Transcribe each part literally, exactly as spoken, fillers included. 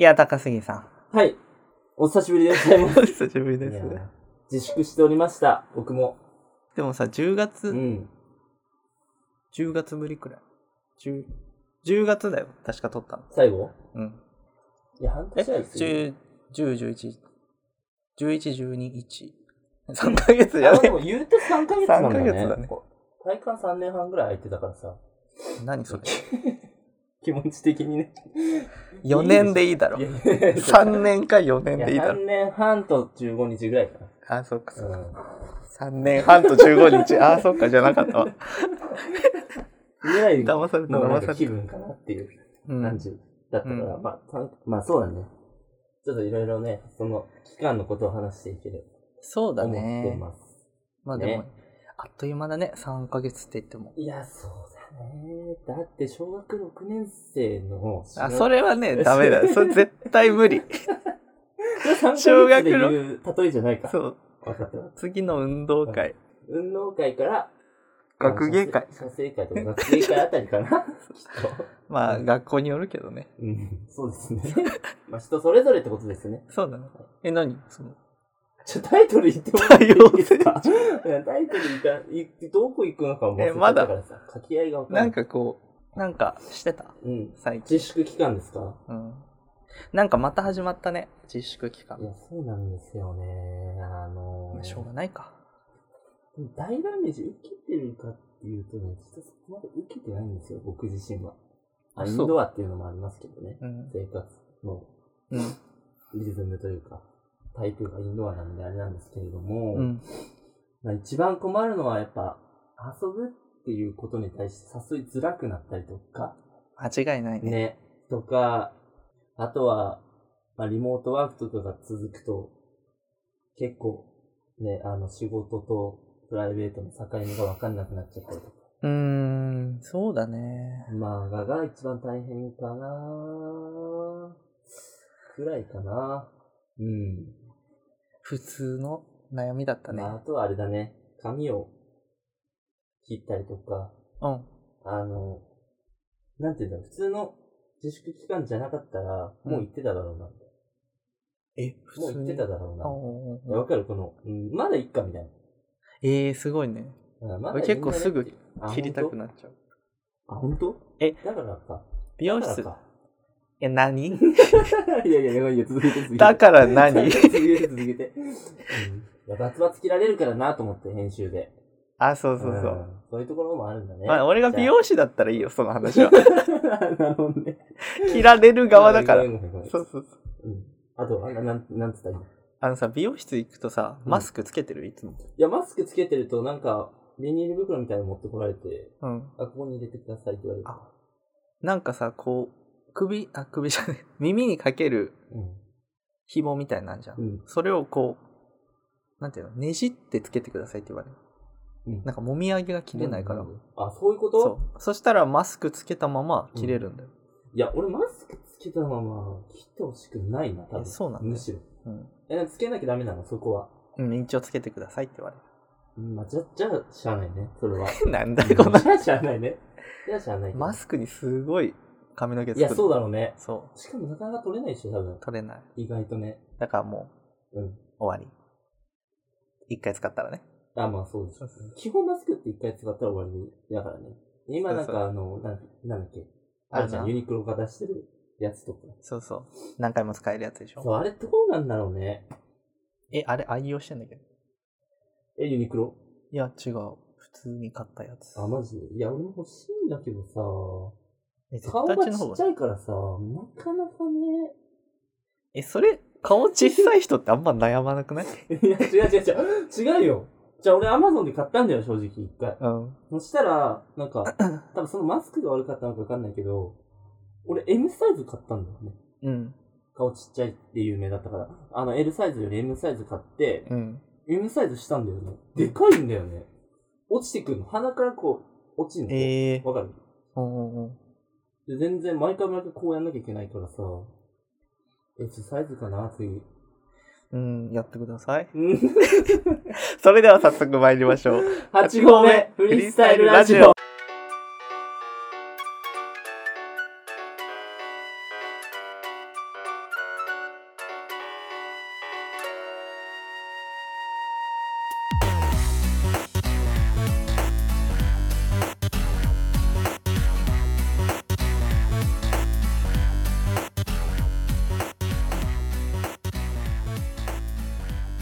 いや、高杉さん。はい。お久しぶりでございます。 お久しぶりです。 自粛しておりました、僕も。 でもさ、じゅうがつ、 うん、 じゅうがつぶりくらい。10, じゅうがつだよ、確か撮ったの。 最後？ うん。 いや、半年はですよ。 じゅう、じゅう、じゅういち、じゅういち、じゅうに、いち。さんかげつやね。 でも言うてさんかげつなんだね。 さんかげつだね。 体感さんねんはんぐらい空いてたからさ。 何それ気持ち的にね。 よねんでいいだろ。さんねんかよねんでいいだろ。 さんねんはんとじゅうごにちぐらいかな。 あ、そっかそっか。うん、さんねんはんとじゅうごにち。あ、そっか、じゃなかったわ。 ぐらい騙された、 騙された。気分かなっていう感じだったから、うん、まあ、まあそうだね。ちょっといろいろね、その期間のことを話していける。 そうだね。 思ってます。 まあでも、ね、あっという間だね、さんかげつって言っても。 いや、そうだね。だって小学ろくねん生の。 あ、それはね、ダメだ。それ絶対無理。 小学でいう例えじゃないか。 そう。 分かった。 次の運動会。 運動会から、 学芸会。 写生会とか学芸会あたりかな。きっと。 まあ、うん、学校によるけどね。 うん、そうですね。まあ、人それぞれってことですね。 そうだね。え、何その。 ちょ、タイトル言ってもらっていいですか？いや、タイトル言った、どこ行くのかも忘れてたからさ、書き合いが分かんない。 なんかこう、なんかしてた？ うん。 最近。 自粛期間ですか？ うん。なんかまた始まったね、自粛期間。 いや、そうなんですよね。あのー。 しょうがないか。 大ダメージ受けてるかっていうとね、実はそこまで受けてないんですよ、僕自身は。あ、インドアっていうのもありますけどね。うん、生活のリズムというか、タイプがインドアなんであれなんですけれども、うん、まあ、一番困るのはやっぱ遊ぶっていうことに対して誘いづらくなったりとか。 間違いないね。 ね。とか、あとは、まあ、リモートワークとかが続くと、結構ね、あの仕事とプライベートの境目が分かんなくなっちゃったりとか。 うーん、そうだね。 まあ、がが一番大変かなくらいかな。うん。 普通の悩みだったね。 まあ、あとはあれだね。髪を切ったりとか。 うん。 あの、なんていうんだろう。普通の自粛期間じゃなかったら、もう行ってただろうな。うん、 え、普通にもう行ってただろうな。わかるこの、うん、まだいっかみたいな。 ええー、すごいね。ま、結構すぐ切りたくなっちゃう。 あ、本当？ え、 だからか。 美容室。え、何？いやいやいや、いや続けて続けて。 だから何？ 続けて続けて。うん。いや、バツバツ切られるからなと思って、編集で。 あ、そうそうそう。うん、 そういうところもあるんだね。 まあ、俺が美容師だったらいいよ、その話は。 なるほどね。 切られる側だから。そうそうそう。 うん。あと、あ、なん、なんつったらいいの？ あのさ、美容室行くとさ、マスクつけてる？いつも。 いや、マスクつけてると、なんか、ビニール袋みたいなの持ってこられて、うん。あ、ここに入れてくださいって言われる。あ、 なんかさ、こう、首、あ、首じゃない、耳にかける、紐みたいなんじゃん。うん。それをこう、なんていうの、ねじってつけてくださいって言われる。うん。なんか、もみあげが切れないから。 あ、そういうこと？ そう。そしたら、マスクつけたまま切れるんだよ。 うん、いや、俺マスクつけたまま切ってほしくないな、多分。 そうなんだ。 むしろ。うん。え、つけなきゃダメなの、そこは。 うん、一応つけてくださいって言われる。 うん、まあ、じゃ、じゃあ、しゃあないね、それは。 なんだこんな。 じゃあ、しゃあないね。じゃあ、しゃあない。 マスクにすごい髪の毛つくる。 いや、そうだろうね。 そう。 しかもなかなか取れないでしょ、多分。 取れない。 意外とね。 だからもう、うん。終わり。一回使ったらね。 あ、まあそうです。基本マスクって一回使ったら終わりだからね。今なんかあの、なん、なんだっけ。あるじゃん、ユニクロが出してるやつとか。 そうそう。何回も使えるやつでしょ。 そう、あれどうなんだろうね。 え、あれ愛用してんだけど。 え、ユニクロ？ いや、違う。普通に買ったやつ。 あ、マジで？いや、俺も欲しいんだけどさ、 え、 顔がちっちゃいからさ、なかなかね。 え、それ、顔小さい人ってあんま悩まなくない？ いや、違う違う違う。違うよ。じゃあ俺アマゾンで買ったんだよ、正直一回。うん。そしたら、なんか、多分そのマスクが悪かったのかわかんないけど、俺 M サイズ買ったんだよね。うん。顔ちっちゃいって有名だったから。あの L サイズより M サイズ買って、うん。M サイズしたんだよね。でかいんだよね。落ちてくるの。鼻からこう、落ちるの。ええー。わかる？うんうん。で、全然毎回毎回こうやんなきゃいけないからさ、S サイズかな、次。 うん、やってください。それでは早速参りましょう。 はちごうめフリースタイルラジオ。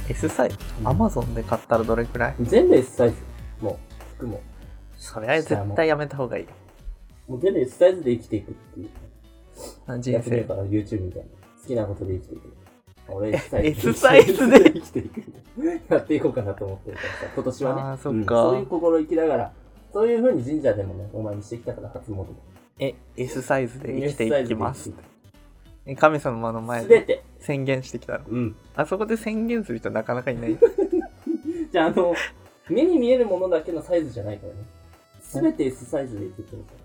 S サイズ、アマゾンで買ったらどれくらい？ 全部 S サイズ。もう、服も。 それは絶対やめた方がいい。 もう全部 S サイズで生きていくっていう。 人生。 から YouTube みたいな。好きなことで生きていく。俺 S サイズ。S サイズで生きていく。やっていこうかなと思ってるからさ、今年はね。 ああ、そっか、 うん。そういう心意気ながら、そういう風に神社でもね、お前にしてきたから初詣。 え、S サイズで生きていきます。神様の前で全て宣言してきたの。 うん。 あそこで宣言する人なかなかいない。 じゃあ、あの、目に見えるものだけのサイズじゃないからね。すべて S サイズでいけてるから。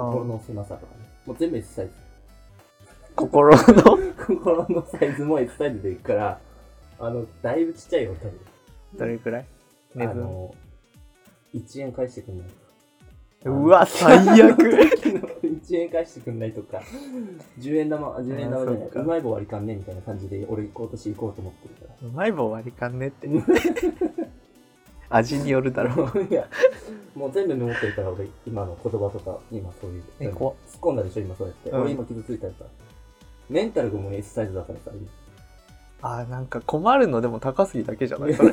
心の狭さとかね。もう全部 S サイズ。 心の心のサイズも S サイズでいくから、あの、だいぶちっちゃいよ、多分。 どれくらい？ あの、いちえん返してくんない。 うわ、最悪いちえん返してくんないとか、じゅうえん玉、じゅうえん玉じゃない、うまい棒割り勘ねみたいな感じで、俺今年行こうと思ってるから。 うまい棒割り勘ねって。味によるだろう。 いや、もう全部メモってるから、俺、今の言葉とか、今そういう。 え、怖っ。 突っ込んだでしょ、今そうやって。うん、俺今傷ついたやつ。メンタルがもう S サイズだからさ。 あー、なんか困るのでも高杉だけじゃないそれ。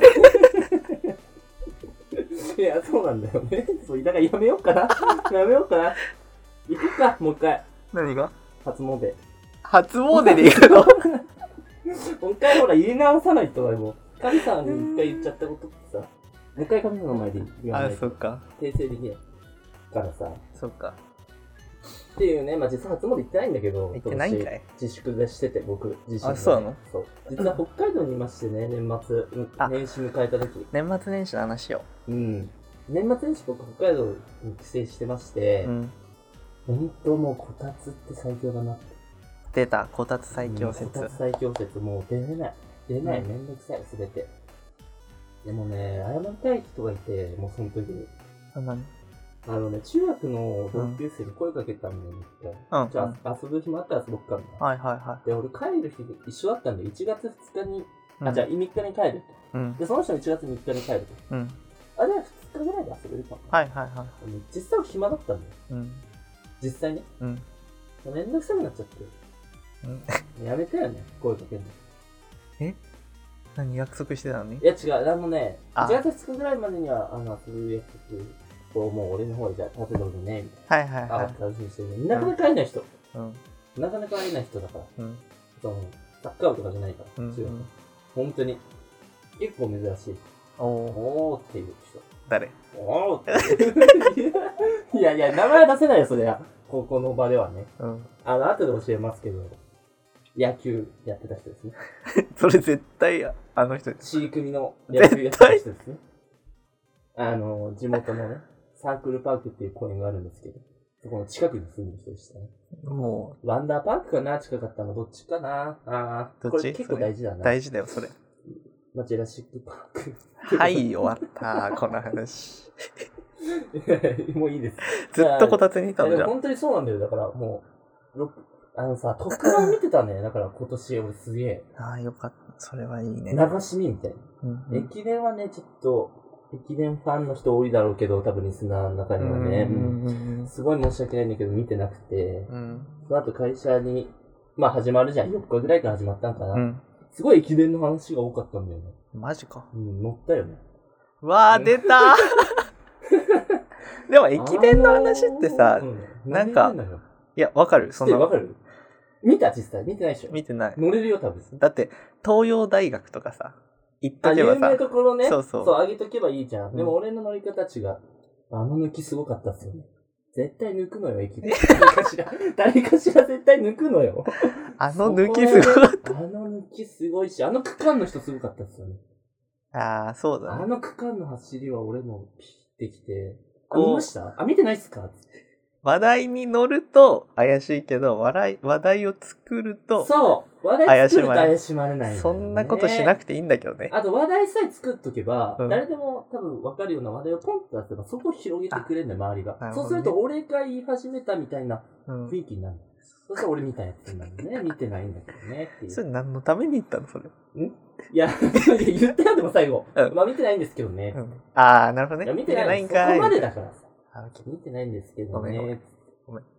いや、そうなんだよね。そう、だからやめようかな。やめようかな。行くか、もう一回。 何が？ 初詣。 初詣で行くの？ もう一回ほら、入れ直さないと、もう、神様に一回言っちゃったことってさ、もう一回神様の前で言わないと。 あ、そっか。 訂正できないからさ。 そっか。 っていうね、まあ実は初詣行ってないんだけど、 行ってないんかい？ 自粛でしてて、僕自身、ね。 あ、そうなの？ そう。実は北海道にいましてね、年末、年始迎えた時。 年末年始の話よ。 うん。年末年始僕北海道に帰省してまして、うん、ほんともうこたつって最強だなって。 出た、こたつ最強説。 こたつ最強説、もう出れない。出ない、めんどくさい、すべて。でもね、謝りたい人がいて、もうその時に。 あ、何？ あのね、中学の同級生に声かけたんだよね、一回。うん、じゃあ、遊ぶ暇あったら遊ぼっかみたいな。 はいはいはい。 で、俺帰る日一緒だったんで、いちがつふつかに、うん、あ、じゃあみっかに帰ると。うん、で、その人もいちがつみっかに帰ると。うん、あ、じゃあふつかぐらいで遊べるかも。 はいはいはい。 実際は暇だったんだよ。うん、実際ね。うん。めんどくさくなっちゃって。うん、やめたよね、声かけるの。 え？何約束してたのに？ いや違う、あのね、いちがつふつかぐらいまでには、あの、遊ぶ約束をもう俺の方でじゃあ立てとるね、みたいな。 はいはいはい。 あ、楽しみにしてるね。なかなか会えない人。うん。なかなか会えない人だから。うん。その、サッカー部とかじゃないから。うん、うん。本当に。結構珍しい。おー。おーっていう人。 誰？ おーっていう。いやいや、名前は出せないよ、それは。ここの場ではね。うん。あの、後で教えますけど。野球やってた人ですね。 それ絶対あの人。 C 組の野球やってた人ですね。あの、地元のね、サークルパークっていう公園があるんですけど、そこの近くに住んでる人でしたね。もう。ワンダーパークかな近かったのどっちかなああ。どっち？これ結構大事だな。 大事だよ、それ。 まあ、ジェラシックパーク。はい、終わった。この話。 もういいです。 ずっとこたつにいたのじゃん。 本当にそうなんだよ。だからもう、あのさ、特番見てたね。だから今年俺すげえ。 ああ、よかった。それはいいね。 流し見みたいな。うんうん、駅伝はね、ちょっと、駅伝ファンの人多いだろうけど、多分リスナーの中にはね。うん、すごい申し訳ないんだけど、見てなくて。うん、その後会社に、まあ始まるじゃん。よっかぐらいから始まったんかな。うん、すごい駅伝の話が多かったんだよね。 マジか。 うん、乗ったよね。 わー、出たでも駅伝の話ってさ、うん、なんか、いや、わかる。 そのわかる見た実際見てないでしょ見てない。 乗れるよ、多分。 だって、東洋大学とかさ、行っとけばさ。 あ、有名ところね。 そうそう。 そう、上げとけばいいじゃん。うん、でも俺の乗り方違う。あの抜きすごかったっすよね。絶対抜くのよ、駅で。誰かしら、誰かしら絶対抜くのよ。 あの抜きすごかった。 あの抜きすごいし、あの区間の人すごかったっすよね。 ああ、そうだね。 あの区間の走りは俺もピッてきて。あ、見ました？あ、見てないっすか？ 話題に乗ると怪しいけど、笑い、話題を作るとそう。話題作ると怪しまれない、ね。 そんなことしなくていいんだけどね。 あと話題さえ作っとけば、うん、誰でも多分分かるような話題をポンと出せば、そこを広げてくれるんだよ、周りが、ね。そうすると俺が言い始めたみたいな雰囲気になる。うん、そしたら俺みたいなやつになるね。見てないんだけどねっていう。 それ何のために言ったのそれ。 んいや、言ったよ、でも最後。うん、まあ見てないんですけどね。うん、 ああ、なるほどね。 いや、見てないんかい。そこまでだからさ。見てないんですけどね。 ごめん。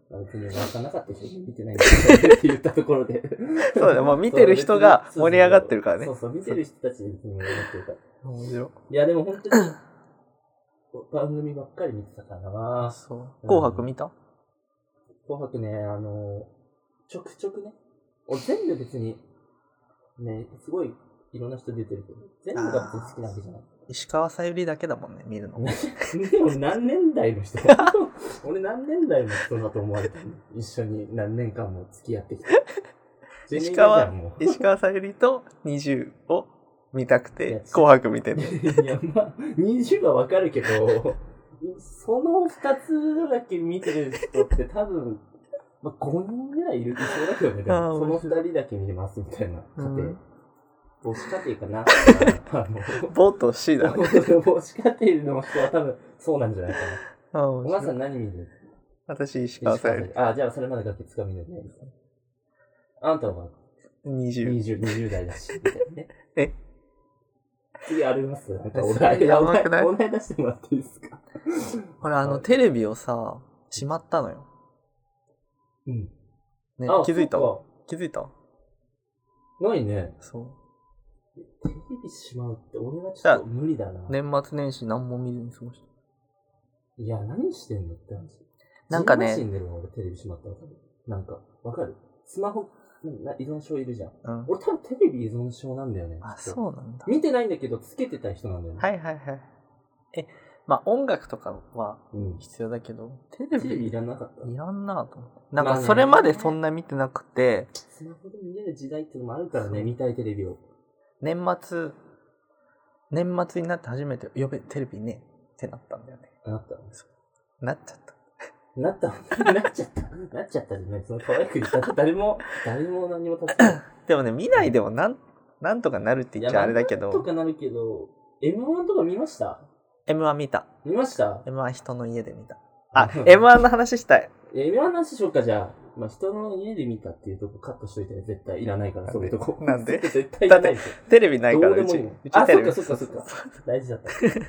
別に分かんなかった人見てないんだって言ったところで。 そうだよ、もう見てる人が盛り上がってるからね。 そうそう、見てる人たちに盛り上がってるから。 面白い。 いや、でも本当に、番組ばっかり見てたからな。 そう。紅白見た、うん、 紅白ね、あの、ちょくちょくね。俺全部別に、ね、すごいいろんな人出てるけど、全部が別に好きなわけじゃない。 石川さゆりだけだもんね、見るの。 でも何年代の人俺何年代の人だと思われたの一緒に何年間も付き合ってきて。 石川、石川さゆりとにじゅうを見たくて、紅白見てる。 いや、まあ、にじゅうはわかるけど、そのふたつだけ見てる人って多分、まあ、ごにんぐらいいるそうだけどね。でもそのふたりだけ見れますみたいな家庭。うん母子家庭かな。 ボと C だね。 母子家庭の人は多分そうなんじゃないかな。お母さん何見る？ 私、石川さゆり。 あ、じゃあそれまでがつかみでね。あんたはにじゅう。 にじゅう、にじゅう代だし。みたいなね、 え次ありますなんかお題、 やばくない？ お題出してもらっていいですか？ ほら、あの、テレビをさ、しまったのよ。 うん。 ね、気づいた？気づいた？ ないね。 そう。 テレビしまうって俺はちょっと無理だな。 年末年始何も見ずに過ごした。 いや、何してんのって話。 なんかね。 死んでるわ、俺テレビしまったら多分。なんか、わかる？スマホ、依存症いるじゃん。うん、俺多分テレビ依存症なんだよね。 あ、そうなんだ。 見てないんだけど、つけてた人なんだよね。 はいはいはい。え、まあ音楽とかは必要だけど、うん、テレビ、 テレビいらなかった？ いらんなと思って。なんかそれまでそんな見てなくて。 まあね、スマホで見れる時代ってのもあるからね、見たいテレビを。 年末、年末になって初めて、呼べ、テレビねってなったんだよね。 なったなっちゃった。 なったなっちゃった。なっちゃったね。その可愛く言ったら誰も、誰も何も助けない。 でもね、見ないでもなん、なんとかなるって言っちゃあれだけど。 なんとかなるけど、エムワン とか見ました？ エムワン 見た。 見ました？ エムワン 人の家で見た。あ、エムワン の話したい。 エムワン の話しようか、じゃあ。まあ、人の家で見たっていうとこカットしといてね。絶対いらないから、そういうとこ。 なんで？ 絶対いらないでしょ。 テレビないから、うち。うちあ、 テレビ。 そっかそっかそっか。大事だった。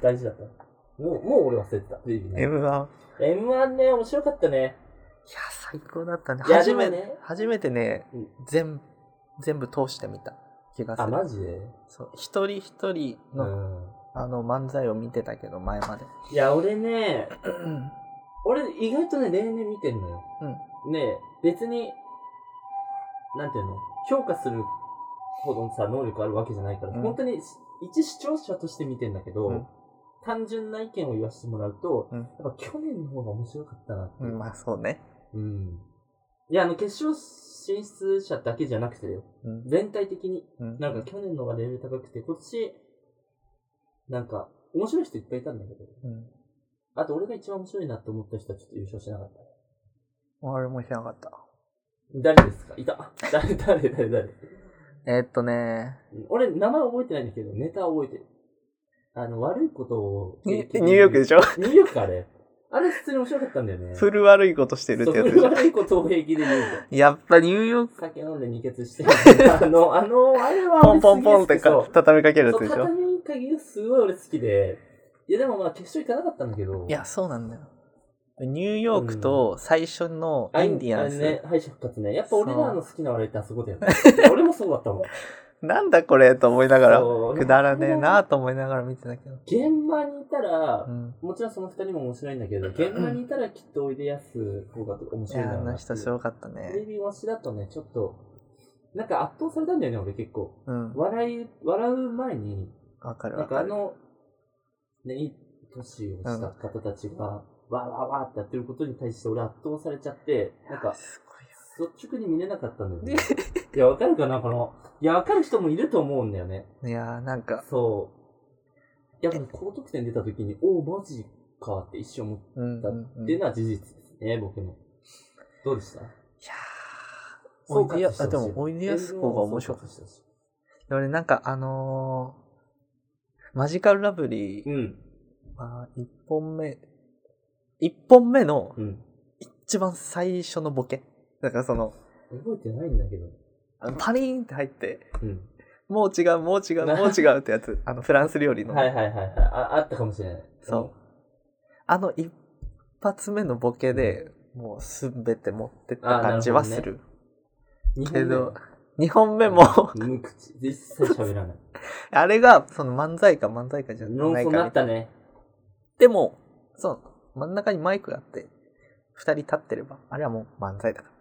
大事だった。もう、もう俺忘れてた。テレビね。 エムワン。 エムワン ね、面白かったね。 いや、最高だったね。初めて、ね、初めてね、うん、全、全部通してみた気がする。 あ、マジで？ そう。一人一人の、うん、あの、漫才を見てたけど、前まで。 いや、俺ね、俺意外とね、例年見てんのよ。うん。ね別に、なんていうの評価するほどのさ、能力あるわけじゃないから、うん、本当に一視聴者として見てんだけど、うん、単純な意見を言わせてもらうと、うん、やっぱ去年の方が面白かったなって。うん、 まあそうね。 うん。いや、あの、決勝進出者だけじゃなくてよ。うん、全体的に、うん。なんか去年の方がレベル高くて、今年、なんか、面白い人いっぱいいたんだけど。うん。あと、俺が一番面白いなって思った人はちょっと優勝しなかった。 俺もしなかった。 誰ですか？いた。誰、誰、誰、誰。 えー、っとね。 俺、名前覚えてないんだけど、ネタ覚えてる。あの、悪いことを。 ニューヨークでしょ？ ニューヨークか、あれ。あれ普通に面白かったんだよね。 フル悪いことしてるってやつでしょ。 フル悪いことを平気で言うと。 やっぱニューヨーク。 酒飲んで二血してる。あの、あの、あれはポンポンポンってか畳みかけるやつでしょ。 畳みかけるすごい俺好きで。いやでもまあ決勝行かなかったんだけど。 いや、そうなんだよ。ニューヨークと最初のインディアンス。 うん、あれね、敗者復活ね。やっぱ俺らの好きな笑いってあそこだよね。俺もそうだったもん。 なんだこれと思いながら、くだらねえなと思いながら見てたけど。 現場にいたら、うん、もちろんその二人も面白いんだけど、現場にいたらきっとおいでやす方が面白いな。 いや、あの人すごかったね。 テレビ越しだとね、ちょっと、なんか圧倒されたんだよね、俺結構。うん、笑い、笑う前に、 わかるわかる。 なんかあの、ね、いい年をした方たちが、うん、わーわーわーってやってることに対して俺圧倒されちゃって、なんか、率直に見れなかったんだよね。いや、わかるかなこの、いや、わかる人もいると思うんだよね。 いやー、なんか。 そう。やっぱ高得点出た時に、おー、マジかって一瞬思ったっていうのは事実ですね、僕の。どうでした？いやー、おいでや、あ、でも、おいでやすこが面白かったし。俺なんかあのー、マジカルラブリー、うん。まあ、一本目、一本目の、一番最初のボケ。だからその、 覚えてないんだけど。 あのパリーンって入って、うん、もう違う、もう違う、もう違うってやつ。あの、フランス料理の。 はいはいはいはい。あ、あったかもしれない。 そう。あの一発目のボケで、 もうすべて持ってった感じはする。 るけど、にほんめも無口。実際喋らない。 あれが、その漫才か漫才かじゃないか。 論争なったね。 でも、そう、真ん中にマイクがあって、二人立ってれば、あれはもう漫才だから。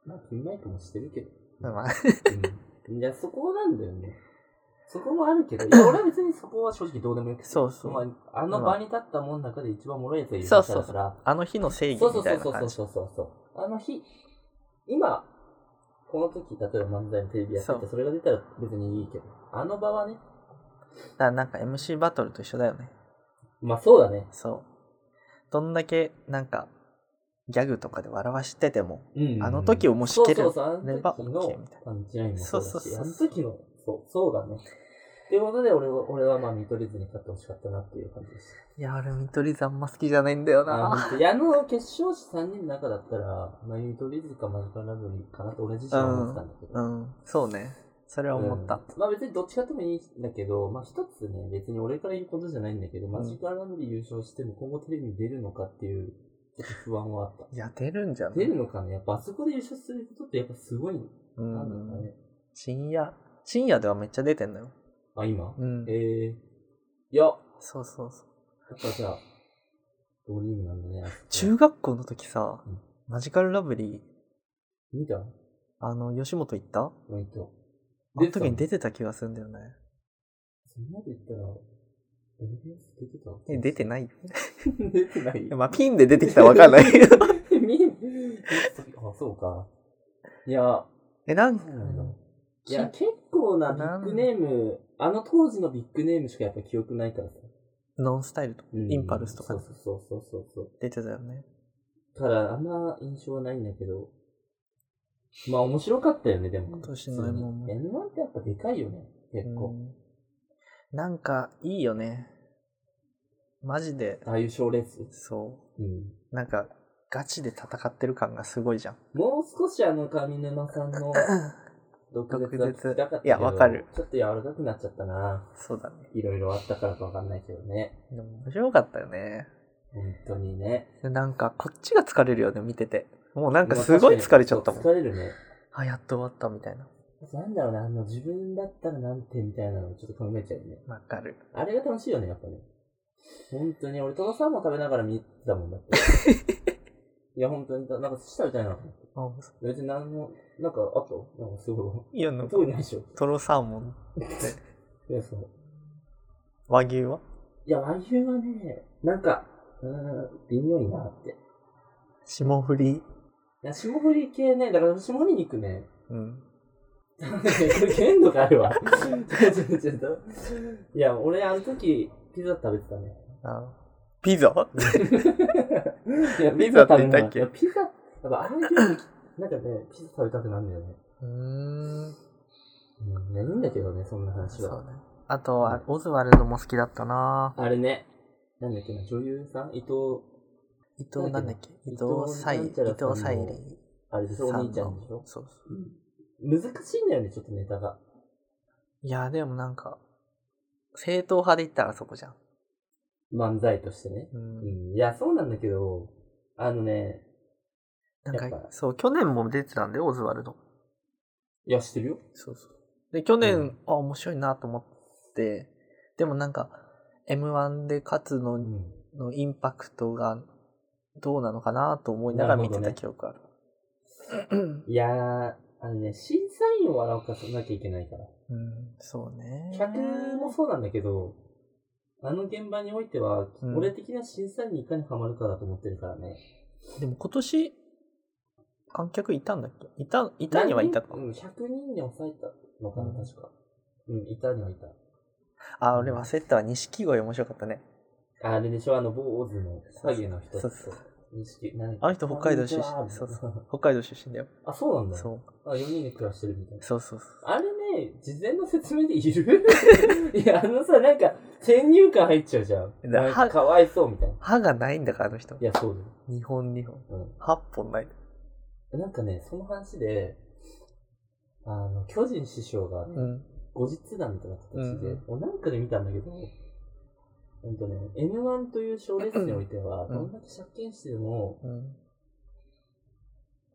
まあ、ピンマイクもしてるけど。 まあ、 うん。いや、そこなんだよね。そこもあるけど、いや、俺は別にそこは正直どうでもよくて。 そうそう。 まあ、あの場に立ったもんの中で一番おもろいやつが優勝したから。そうそうそう。 あの日の正義みたいな感じ。 そうそうそうそうそうそう。あの日、今、この時、例えば漫才のテレビやってて、それが出たら別にいいけど、あの場はね。 だからなんか エムシー バトルと一緒だよね。 まあそうだね。 そう。どんだけなんか、ギャグとかで笑わしてても、うんうん、あの時をもしければ OK みたいな。 そうそうそう、あの時のパンチラインもそうだし、そうそうそうそう、あの時の、そう、そうだね。っていうことで俺は、俺はまあ見取り図に勝ってほしかったなっていう感じです。 いや、俺見取り図あんま好きじゃないんだよな。 いや、あの決勝詞さんにんの中だったら、まあ見取り図かマジカルラブリーかなと俺自身は思ってたんだけど。うん、うん、そうね。それは思った、うん。まあ別にどっちかでもいいんだけど、まあ一つね、別に俺から言うことじゃないんだけど、うん、マジカルラブリー優勝しても今後テレビに出るのかっていう、ちょっと不安はあった。いや、出るんじゃない？出るのかね。やっぱあそこで優勝することってやっぱすごい、うん、なんだかね。深夜、深夜ではめっちゃ出てんのよ。あ、今？うん。ええー。いや。そうそうそう。やっぱじゃあ、ドリームなんだね。中学校の時さ、うん、マジカルラブリー。見た？あの、吉本行った？行った。あの時に出てた気がするんだよね。そんなこと言ったら、エルビーエス 出てた？え、出てないよ。出てない。まあ、ピンで出てきたらわかんないけど。ピンあ、そうか。いや。え、なんか、いや、結構なビッグネーム、あの当時のビッグネームしかやっぱ記憶ないからさ。ノンスタイルとか、うん、インパルスとか、ね。そうそうそうそうそう。出てたよね。ただ、あんま印象はないんだけど。まあ面白かったよね、でも。今年の エムワン も。エムワン ってやっぱでかいよね、結構。なんか、いいよね。マジで。ああいう賞レース？そう。うん。なんか、ガチで戦ってる感がすごいじゃん。もう少しあの上沼さんの毒舌が聞きたかったけど、いや、わかる。ちょっと柔らかくなっちゃったな。そうだね。いろいろあったからかわかんないけどね。でも面白かったよね。本当にね。なんか、こっちが疲れるよね、見てて。もうなんかすごい疲れちゃったもん。疲れるね。あ、やっと終わったみたいな。なんだろうな、あの自分だったらなんてみたいなのをちょっと考えちゃうね。わかる。あれが楽しいよね、やっぱね。本当に、俺トロサーモン食べながら見てたもんだって。いや、本当に、なんか寿司食べたいな。あ、別に何も、なんか、あとなんかすごい。いや、なんか、ないでしょ。トロサーモンって。いや、そう。和牛はいや、和牛はね、なんか、うーん、微妙いなって。霜降り。いや、霜降り系ね、だから霜降り肉ね。うん。限度があるわ。ちょっと、ちょっと。いや、俺、あの時、ピザ食べてたね。ああ。ピザいや、ピザって言ったっけ？ピザ、やっぱああいうなんかね、ピザ食べたくなるんだよね。うーん。うん、いや、いいんだけどね、そんな話は。そうね。あとは、オズワルドも好きだったなぁ。あれね。なんだっけな、女優さん伊藤、伊藤なんだっけ伊藤沙莉。伊藤沙莉。あれでしょ、お兄ちゃんでしょ？そうそう。うん、難しいんだよね、ちょっとネタが。いや、でもなんか、正統派で言ったらそこじゃん。漫才としてね。うん。うん、いや、そうなんだけど、あのね、なんか、そう、去年も出てたんだよ、オズワルド。いや、知ってるよ。そうそう。で、去年、うん、あ、面白いなと思って、でもなんか、エムワン で勝つの、うん、のインパクトがどうなのかなと思いながら見てた記憶ある。るね、いやー、あのね、審査員を笑かさなきゃいけないから。うん、そうね。客もそうなんだけど、あの現場においては、うん、俺的な審査員にいかにハマるかだと思ってるからね。でも今年、観客いたんだっけ？いた、いたにはいたか。うん、ひゃくにんに抑えたのかな、うん、確か。うん、いたにはいた。あ、俺忘れてたわ。錦鯉面白かったね。あれでしょ、あの、坊主の詐欺の人。そうそう。錦、あの人北海道出身。そうそう。北海道出身だよ。あ、そうなんだ。そう。あ、よにんで暮らしてるみたいな。そうそうそう。あれね、事前の説明でいるいや、あのさ、なんか、先入観入っちゃうじゃん。なんかかわいそうみたいな。歯がないんだから、あの人。いや、そうだよ。にほんにほん。うん。はっぽんない。なんかね、その話で、あの、巨人師匠がね、うん、後日談みたいな形で、うん、なんかで見たんだけど、ほんとね、エムワン という賞レースにおいては、うん、どんだけ借金してでも、うん、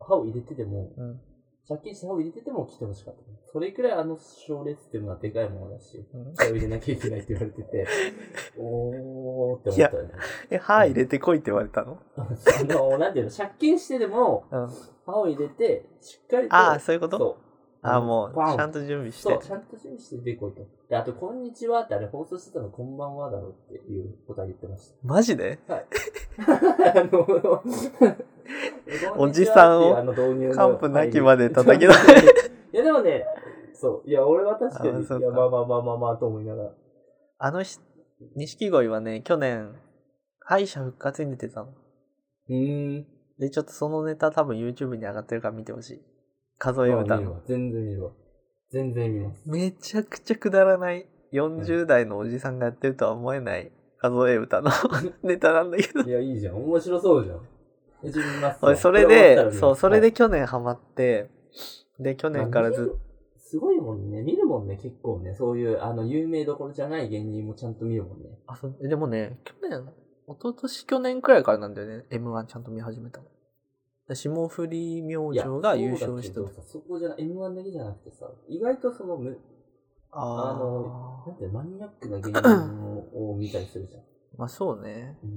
歯を入れてでも、 うん、 借金して歯を入れてても来てほしかった。それくらいあの賞レースっていうのはでかいものだし、うん、歯を入れなきゃいけないって言われてて、おーって思ったよね。 え、歯入れてこいって言われたの？ あの、なんていうの、借金してでも、うん、歯を入れて、しっかりと。 ああ、そういうこと？そう。ああ、もう、ちゃんと準備して。 そう、ちゃんと準備して出てこいと。で、あと、こんにちはってあれ放送してたの、こんばんはだろうっていうことは言ってました。 マジで？ はい。あの、 おじさんを、完膚なきまで叩き出す。 いや、でもね、そう。いや、俺は確かに、いや、まあまあまあまあまあと思いながら。 あのし、錦鯉はね、去年、敗者復活に出てたの。 うーん。 で、ちょっとそのネタ多分 YouTube に上がってるから見てほしい。数え歌の。 全然見るわ。全然見ます。 めちゃくちゃくだらないよんじゅう代のおじさんがやってるとは思えない数え歌のネタなんだけど。 いや、いいじゃん。面白そうじゃん。自分見ますよ。それで、そう、それで去年ハマって、で、去年からずっと。 すごいもんね。見るもんね、結構ね。そういう、あの、有名どころじゃない芸人もちゃんと見るもんね。 あ、そう、でもね、去年、一昨年去年くらいからなんだよね。エムワン ちゃんと見始めたの。霜降り明星が優勝してる。そこじゃな、エムワン だけじゃなくてさ、意外とその、むあ, あの、なんてマニアックな芸人を見たりするじゃん。 まあそうね。うん、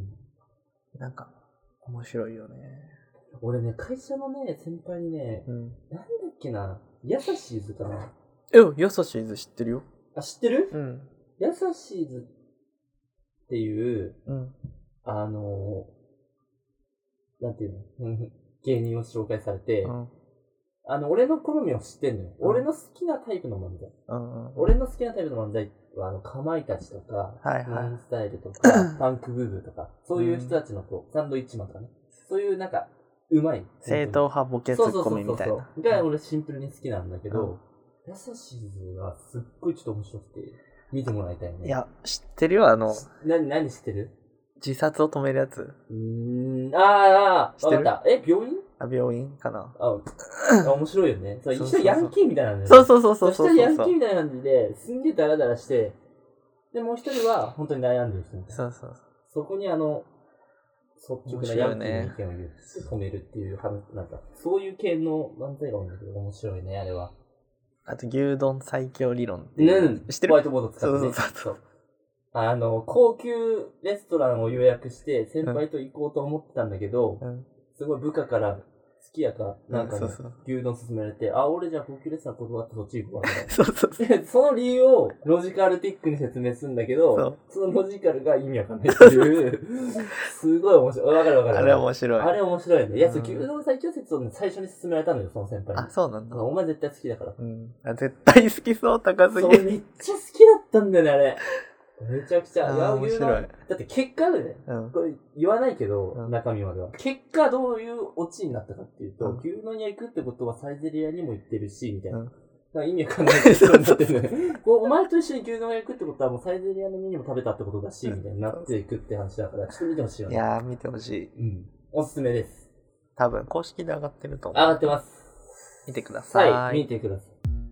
なんか、面白いよね。 俺ね、会社のね、先輩にね、うん、なんだっけな、やさしーずかな。 え、やさしーず知ってるよ。 あ、知ってる？ うん。 やさしーずっていう、 うん、 あの、なんていうの芸人を紹介されて、うん、あの、俺の好みを知ってんのよ。うん、俺の好きなタイプの漫才。 うんうん、 俺の好きなタイプの漫才は、あの、かまいたちとか、 はいはい、 ノンスタイルとか、パンクブーブーとか、そういう人たちのこう、サンドイッチマンとかね。そういうなんか、うまい。 正統派ボケツッコミみたいな。そうそうそうそうが俺シンプルに好きなんだけど、やさしーずはすっごいちょっと面白くて、見てもらいたいね。 いや、知ってるよ、あの、 な、何知ってる？ 自殺を止めるやつ。 うーん、ああ、ああ、知ってる？わかった。え、病院？ あ、病院かな。 あ、面白いよね。そう、一緒ヤンキーみたいなんだよね。 そうそうそうそうそう。 一人ヤンキーみたいな感じで、すんげえダラダラして、で、もう一人は本当に悩んでる人みたいな。 そうそうそう。 そこにあの、率直なヤンキーの意見を言って止めるっていう話、なんか、そういう系の漫才が多いんだけど、面白いね、あれは。 あと、牛丼最強理論っていう。 うん。 知ってる？ ホワイトボード使って、ね。 そうそうそう。 あの、高級レストランを予約して、先輩と行こうと思ってたんだけど、うん、すごい部下から好きやか、なんか、ね、うん、そうそう牛丼勧められて、あ、俺じゃあ高級レストラン断ってそっち行こうかな。 そうそうそう。 で、その理由をロジカルティックに説明するんだけど、そ, そのロジカルが意味わかんないっていう、すごい面白い。わかるわかる。 あれ面白い。 あれ面白いね。いや、そう、牛丼最強説を、ね、最初に勧められたのよ、その先輩に。 あ、そうなんだ。 お前絶対好きだから。 うん。あ、絶対好きそう、高すぎ。 そう、めっちゃ好きだったんだよね、あれ。めちゃくちゃ。 いや、面白い。 だって結果でね、うん、これ言わないけど、うん、中身までは。結果どういうオチになったかっていうと、うん、牛丼屋行くってことはサイゼリヤにも行ってるし、みたいな。うん、だから意味わかんないけど、なってるね。お前と一緒に牛丼屋行くってことはもうサイゼリヤのメニューも食べたってことだし、みたいになっていくって話だから、ちょっと見てほしいよね。 いやー、見てほしい。 うん。おすすめです。 多分、公式で上がってると思う。 上がってます。 見てください。 はい、見てください。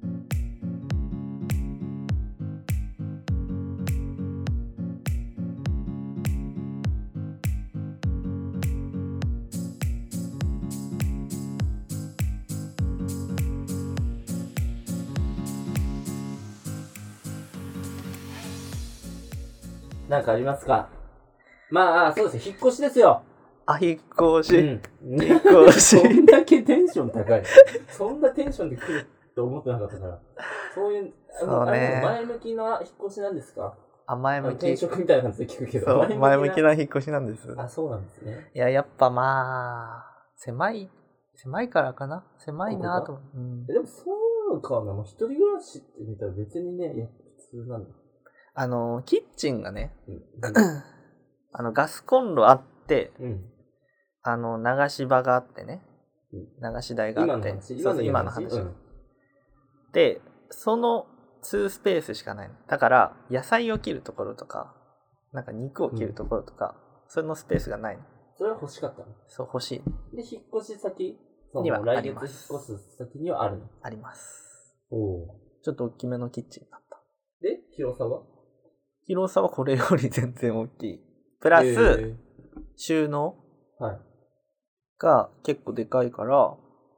なんかありますか？まあ、そうですよ。引っ越しですよ。 あ、引っ越し。うん。 引っ越し。そんだけテンション高い。そんなテンションで来ると思ってなかったから。そういう、 そうね、 前向きな引っ越しなんですか？ あ、前向き。 転職みたいな感じで聞くけど。 そう、前向きな引っ越しなんです。 あ、そうなんですね。 いや、やっぱまあ、狭い、狭いからかな。狭いなと。 うん、でもそうかな。もう一人暮らしって見たら別にね、いや、普通なんだ。 あの、キッチンがね、うん、あの、ガスコンロあって、うん、あの、流し場があってね、うん、流し台があって、 今の話。 今の話。うん、で、そのにスペースしかないの。だから、野菜を切るところとか、なんか肉を切るところとか、うん、それのスペースがないの。 それは欲しかったの？ そう、欲しい。 で、引っ越し先にはあります。来月引っ越す先にはあるの？ あります。 おちょっと大きめのキッチンだった。 で、広さは？ 広さはこれより全然大きい。プラス、えー、収納が結構でかいから、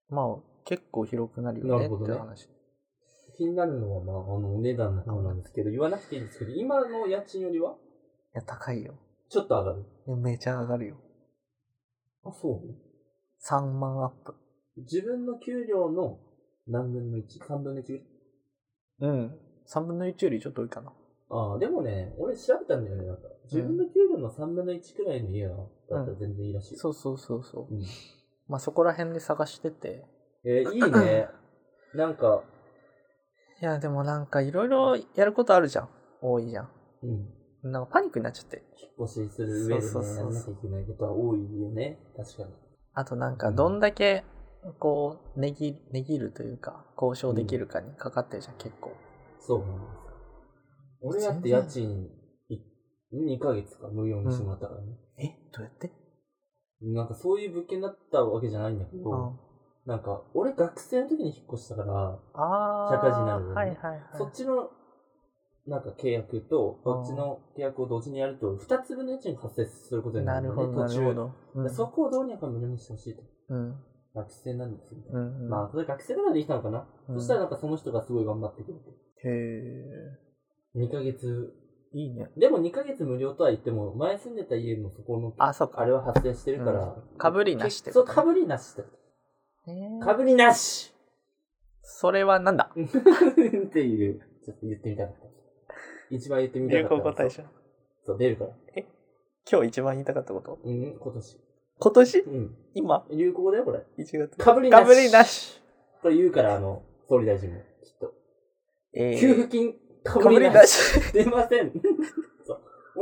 まあ、結構広くなるよねっていう話。 気になるのは、まあ、あの、お値段の方なんですけど、言わなくていいんですけど、今の家賃よりはいや、高いよ。 ちょっと上がる。 めちゃ上がるよ。 あ、そう ? さんまんアップ。 自分の給料の何分の いち?さんぶんのいちぐらいうん。さんぶんのいちよりちょっと多いかな。 ああ、でもね、俺調べたんだよね、なんか。自分の給料のさんぶんのいちくらいの家だったら全然いいらしい。 うん、そうそうそうそう。うん、まあそこら辺で探してて。 えー、いいね。なんか。 いや、でもなんかいろいろやることあるじゃん。多いじゃん。うん。なんかパニックになっちゃって。 引っ越しする上でね、そうそうそうそうやんなきゃいけないことは多いよね。確かに。 あとなんかどんだけ、こう、ねぎ、ねぎるというか、交渉できるかにかかってるじゃん、うん、結構。 そうなんです。俺だって家賃にかげつか無料にしてもらったからね。 うん、えどうやって？ なんかそういう物件だったわけじゃないんだけど、うん、なんか俺学生の時に引っ越したから、 あ社会人になるのに、 はいはいはい、 そっちのなんか契約と、こっちの契約を同時にやると、二つ分の家賃が発生することになるのね、途中。なるほど。うん、そこをどうにか無料にしてほしいと。うん、学生なんですよ、うんうん。まあ、それ学生だからできたのかな、うん、そしたらなんかその人がすごい頑張ってくれて。へー。にかげつ。 いいね。 でもにかげつ無料とは言っても、前住んでた家のそこの、あ、そうか。あれは発生してるから。 かぶりなしってこと、ね。そう、かぶりなしって。かぶりなしそれはなんだっていう、ちょっと言ってみたかった。一番言ってみたかった。 流行語大賞。 そう、出るから。 え今日一番言いたかったこと？ うん、今年。 今年？ うん。 今流行語だよ、これ。 いちがつ。 かぶりなし。 かぶりなし。 と言うから、あの、総理大臣も、きっと。 えー、 給付金、かぶりなし。出ません。そう。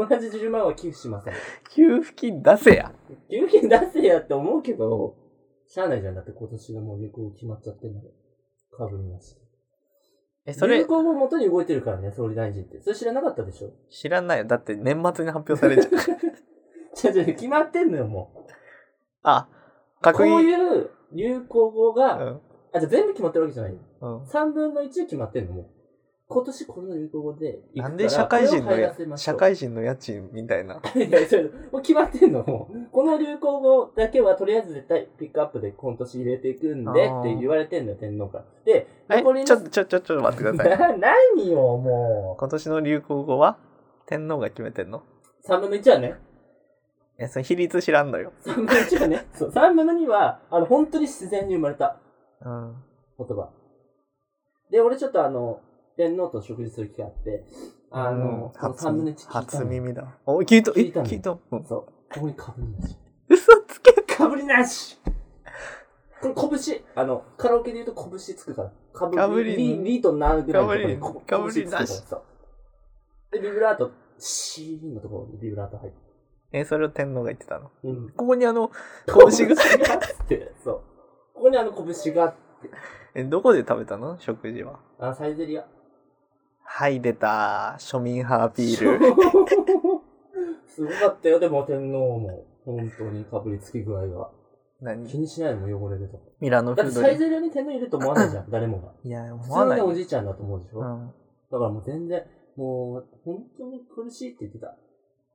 同じじゅうまんは寄付しません。 給付金出せや。 給付金出せやって思うけど、しゃあないじゃん。だって今年がもう流行語決まっちゃってんので。かぶりなし。え、それ。流行語を元に動いてるからね、総理大臣って。それ知らなかったでしょ？ 知らないよ。だって年末に発表されちゃう。 じゃじゃ決まってんのよ、もう。 あ、確認。 こういう流行語が、うん、あ、じゃ全部決まってるわけじゃないよ。うん。さんぶんのいち決まってんのもう。今年この流行語で行くから。 なんで社会人のや、社会人の家賃みたいな。 いや、それ、もう決まってんのもう。この流行語だけはとりあえず絶対ピックアップで今年入れていくんでって言われてんだよ、天皇から。で、 残りの。ちょっと、ちょ、ちょ、ちょっと待ってください。 な、何よ、もう。 今年の流行語は天皇が決めてんの？ さんぶんのいちはね。 いや、その比率知らんのよ。 さんぶんのいちはね。そう、さんぶんのには、あの、本当に自然に生まれた。 うん。 言葉。で、俺ちょっとあの、天皇と食事する機会あって、あの、うん、さんぶんのいち聞いたの。 初耳だ。お、聞いた、聞いた。聞いた。 うん、そう。ここにかぶりなし。 嘘つけ。 かぶりなしこれ拳、あの、カラオケで言うと拳つくから。かぶり。かぶり。リ、リートになるぐらいのところにかぶりなし。 で、ビブラート、シーンのところにビブラート入って。 え、それを天皇が言ってたの？ うん。 ここにあの、 拳が。拳がって、そう。ここにあの拳があって。 え、どこで食べたの？食事は。 あ、サイゼリア。 はい、出た。庶民派アピール。 すごかったよ、でも天皇も。本当にかぶりつき具合が。 何？ 気にしないのも汚れるとか。 ミラノフードリー。 だってサイゼリアに天皇いると思わないじゃん、誰もが。 いや、思わない。 普通のおじいちゃんだと思うでしょ？ うん。 だからもう全然、もう、本当に苦しいって言ってた。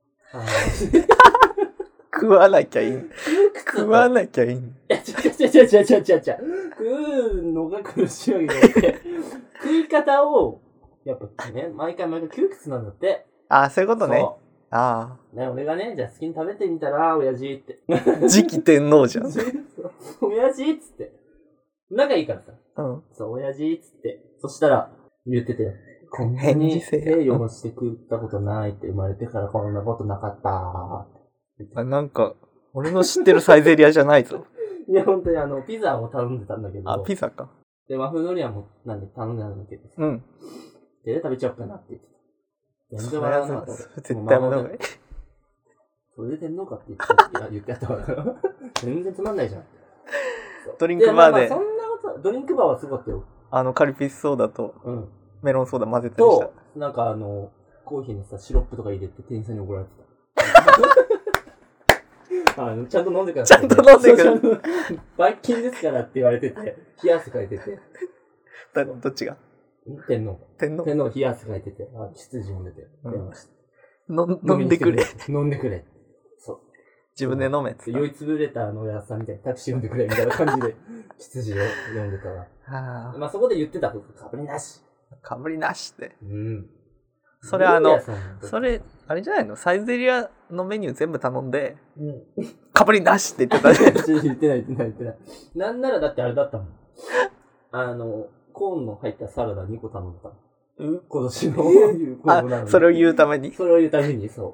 食わなきゃいい。食わなきゃいい。いや、ちゃちゃちゃちゃちゃちゃちゃ。食うのが苦しいわけじゃなくて、食い方を、やっぱね、毎回毎回窮屈なんだって。 ああ、そういうことね。ああ。ね、俺がね、じゃあ好きに食べてみたら、親父って。 次期天皇じゃん。 親父っつって。仲いいからさ。 うん。 そう、親父っつって。そしたら、言ってて。こんなに手汚して食ったことないって生まれてからこんなことなかったー。 あ、なんか、俺の知ってるサイゼリアじゃないぞ。 いや、本当にあの、ピザを頼んでたんだけど。 あ、ピザか。 で、和風ドリアもなんで頼んでたんだけど。 うん。 で、食べちゃおうかなって言ってた。全然笑わなかった。 絶対笑わない。 それで天皇かって言って言ってやったから。全然つまんないじゃん。 ドリンクバーで。まあまあそんなこと、ドリンクバーはすごかったよ。 あの、カルピスソーダと、 うん。 メロンソーダ混ぜたりした。 と、なんかあの、コーヒーにさ、シロップとか入れて店員さんに怒られてた。あの、ちゃんと飲んでください、 ね。ちゃんと飲んでください。 罰金ですからって言われてて、冷や汗かいてて。 だ、どっちが天皇。 天皇。 天皇冷や汗かいてて、あ、執事呼んでて、電話して。 飲んでくれ。 飲んでくれ。そう。 自分で飲めって。 酔いつぶれたあのやつさんみたいにタクシー呼んでくれみたいな感じで、羊を呼んでたわ。はあ、まあそこで言ってたこと、かぶりなし。 かぶりなしって。 うん。 それあの、それ、あれじゃないのサイゼリアのメニュー全部頼んで、うん、かぶりなしって言ってたね。 言ってない言ってない言ってない。なんならだってあれだったもん。あの、コーンの入ったサラダにこ頼んでた。うん、今年の有効なのに。 それを言うためにそれを言うために、そう。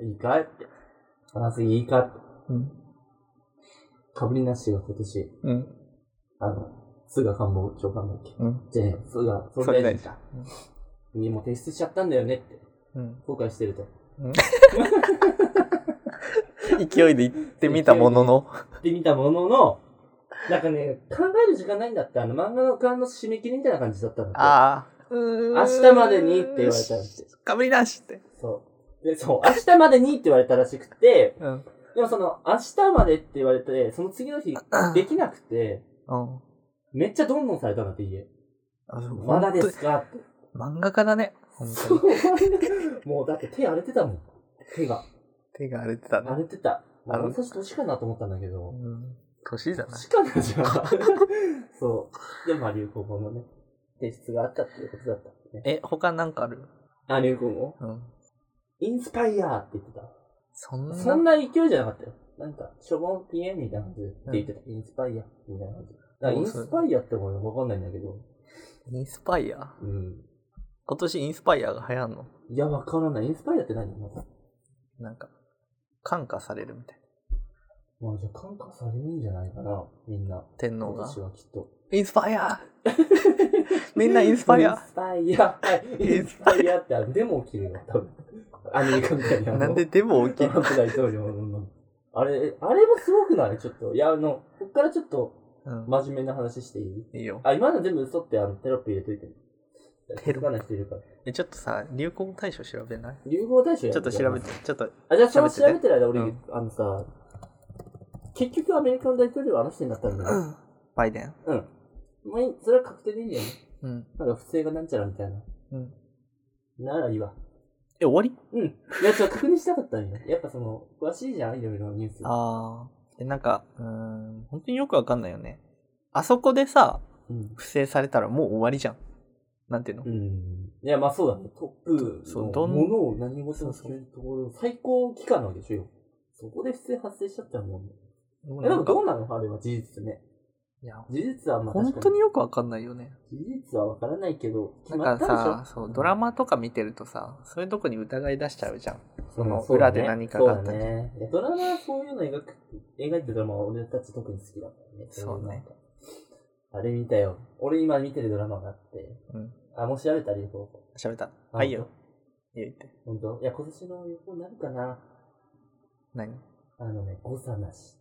いいかって。話いいかって。うん。かぶりなしが今年、うん。あの、菅官房長官だっけ。うん。じゃあね、菅総理大臣か。うん。にも提出しちゃったんだよねって。うん。後悔してると。うん。 勢いで言ってみたものの。 言ってみたものの、なんかね、考える時間ないんだって、あの漫画の間の締め切りみたいな感じだったんだって。ああ。うーん。明日までにって言われたらしい。 かぶりなしって。 そう。で、そう、明日までにって言われたらしくて、うん。でもその、明日までって言われて、その次の日、できなくて、うん。めっちゃどんどんされたんだって家。あ、まだですかって。 漫画家だね。本当に。 もうだって手荒れてたもん。手が。 手が荒れてたね。 荒れてた。あの、私年かなと思ったんだけど。うん。 年じゃない年かなじゃん。そう。でもまあ流行語のね、提出があったっていうことだったんでね。 え、他なんかある？ あ、流行語？うん。インスパイアーって言ってた。 そんなそんな勢いじゃなかったよ。なんか、しょぼんピエンみたいな感じで言ってた。うん、インスパイアみたいな感じ。だからインスパイアってもわかんないんだけど。 インスパイア？うん。今年インスパイアが流行んの？ いや、わからない。インスパイアって何？ なんか、感化されるみたいな。まあじゃあ感化されるんじゃないかな、みんな。 天皇が。 私はきっと。 インスパイアみんなインスパイアインスパイアはい。インスパイアってあデモ起きるよ、多分。アメリカみたいな。 なんでデモ起きるトランプ大統領の。あれ、あれもすごくないちょっと。いや、あの、こっからちょっと、真面目な話していい、 うん、いいよ。 あ、今の全部嘘ってあのテロップ入れといて。テロップない人いるから。 え、ちょっとさ、流行語大賞調べない流行語大賞やちょっと調べて、ちょっと。 あ、じゃあその調べてる間、俺、うん、あのさ、結局アメリカの大統領はあの人になったんだよ。うん。 バイデンうん。まあ、それは確定でいいんだよね。うん。なんか不正がなんちゃらみたいな。うん。ならいいわ。 え、終わり？うん。いや、ちょっと確認したかったんよ。やっぱその、詳しいじゃん、いろいろニュース。 ああ。え、なんか、うーん、本当によくわかんないよね。あそこでさ、うん、不正されたらもう終わりじゃん。なんていうの？うん。 いや、まあそうだね。トップのものを何事もするところ、最高機関なわけでしょよ。そこで不正発生しちゃったもんね。え、でもどうなのあれは事実ね。いや、事実はまあ本当によくわかんないよね。 事実はわからないけど、 なんかさ、そう、ドラマとか見てるとさ、そういうとこに疑い出しちゃうじゃん。その裏で何かがあったり。そうだね。 ドラマはそういうの描く、描いてるドラマは俺たち特に好きだからね。 そうね。 あれ見たよ。俺今見てるドラマがあって。うん。あ、もう調べたらいいよ。 調べた。はいよ。言って。 ほんと？いや、今年の予報になるかな。 何？ あのね、誤差なし。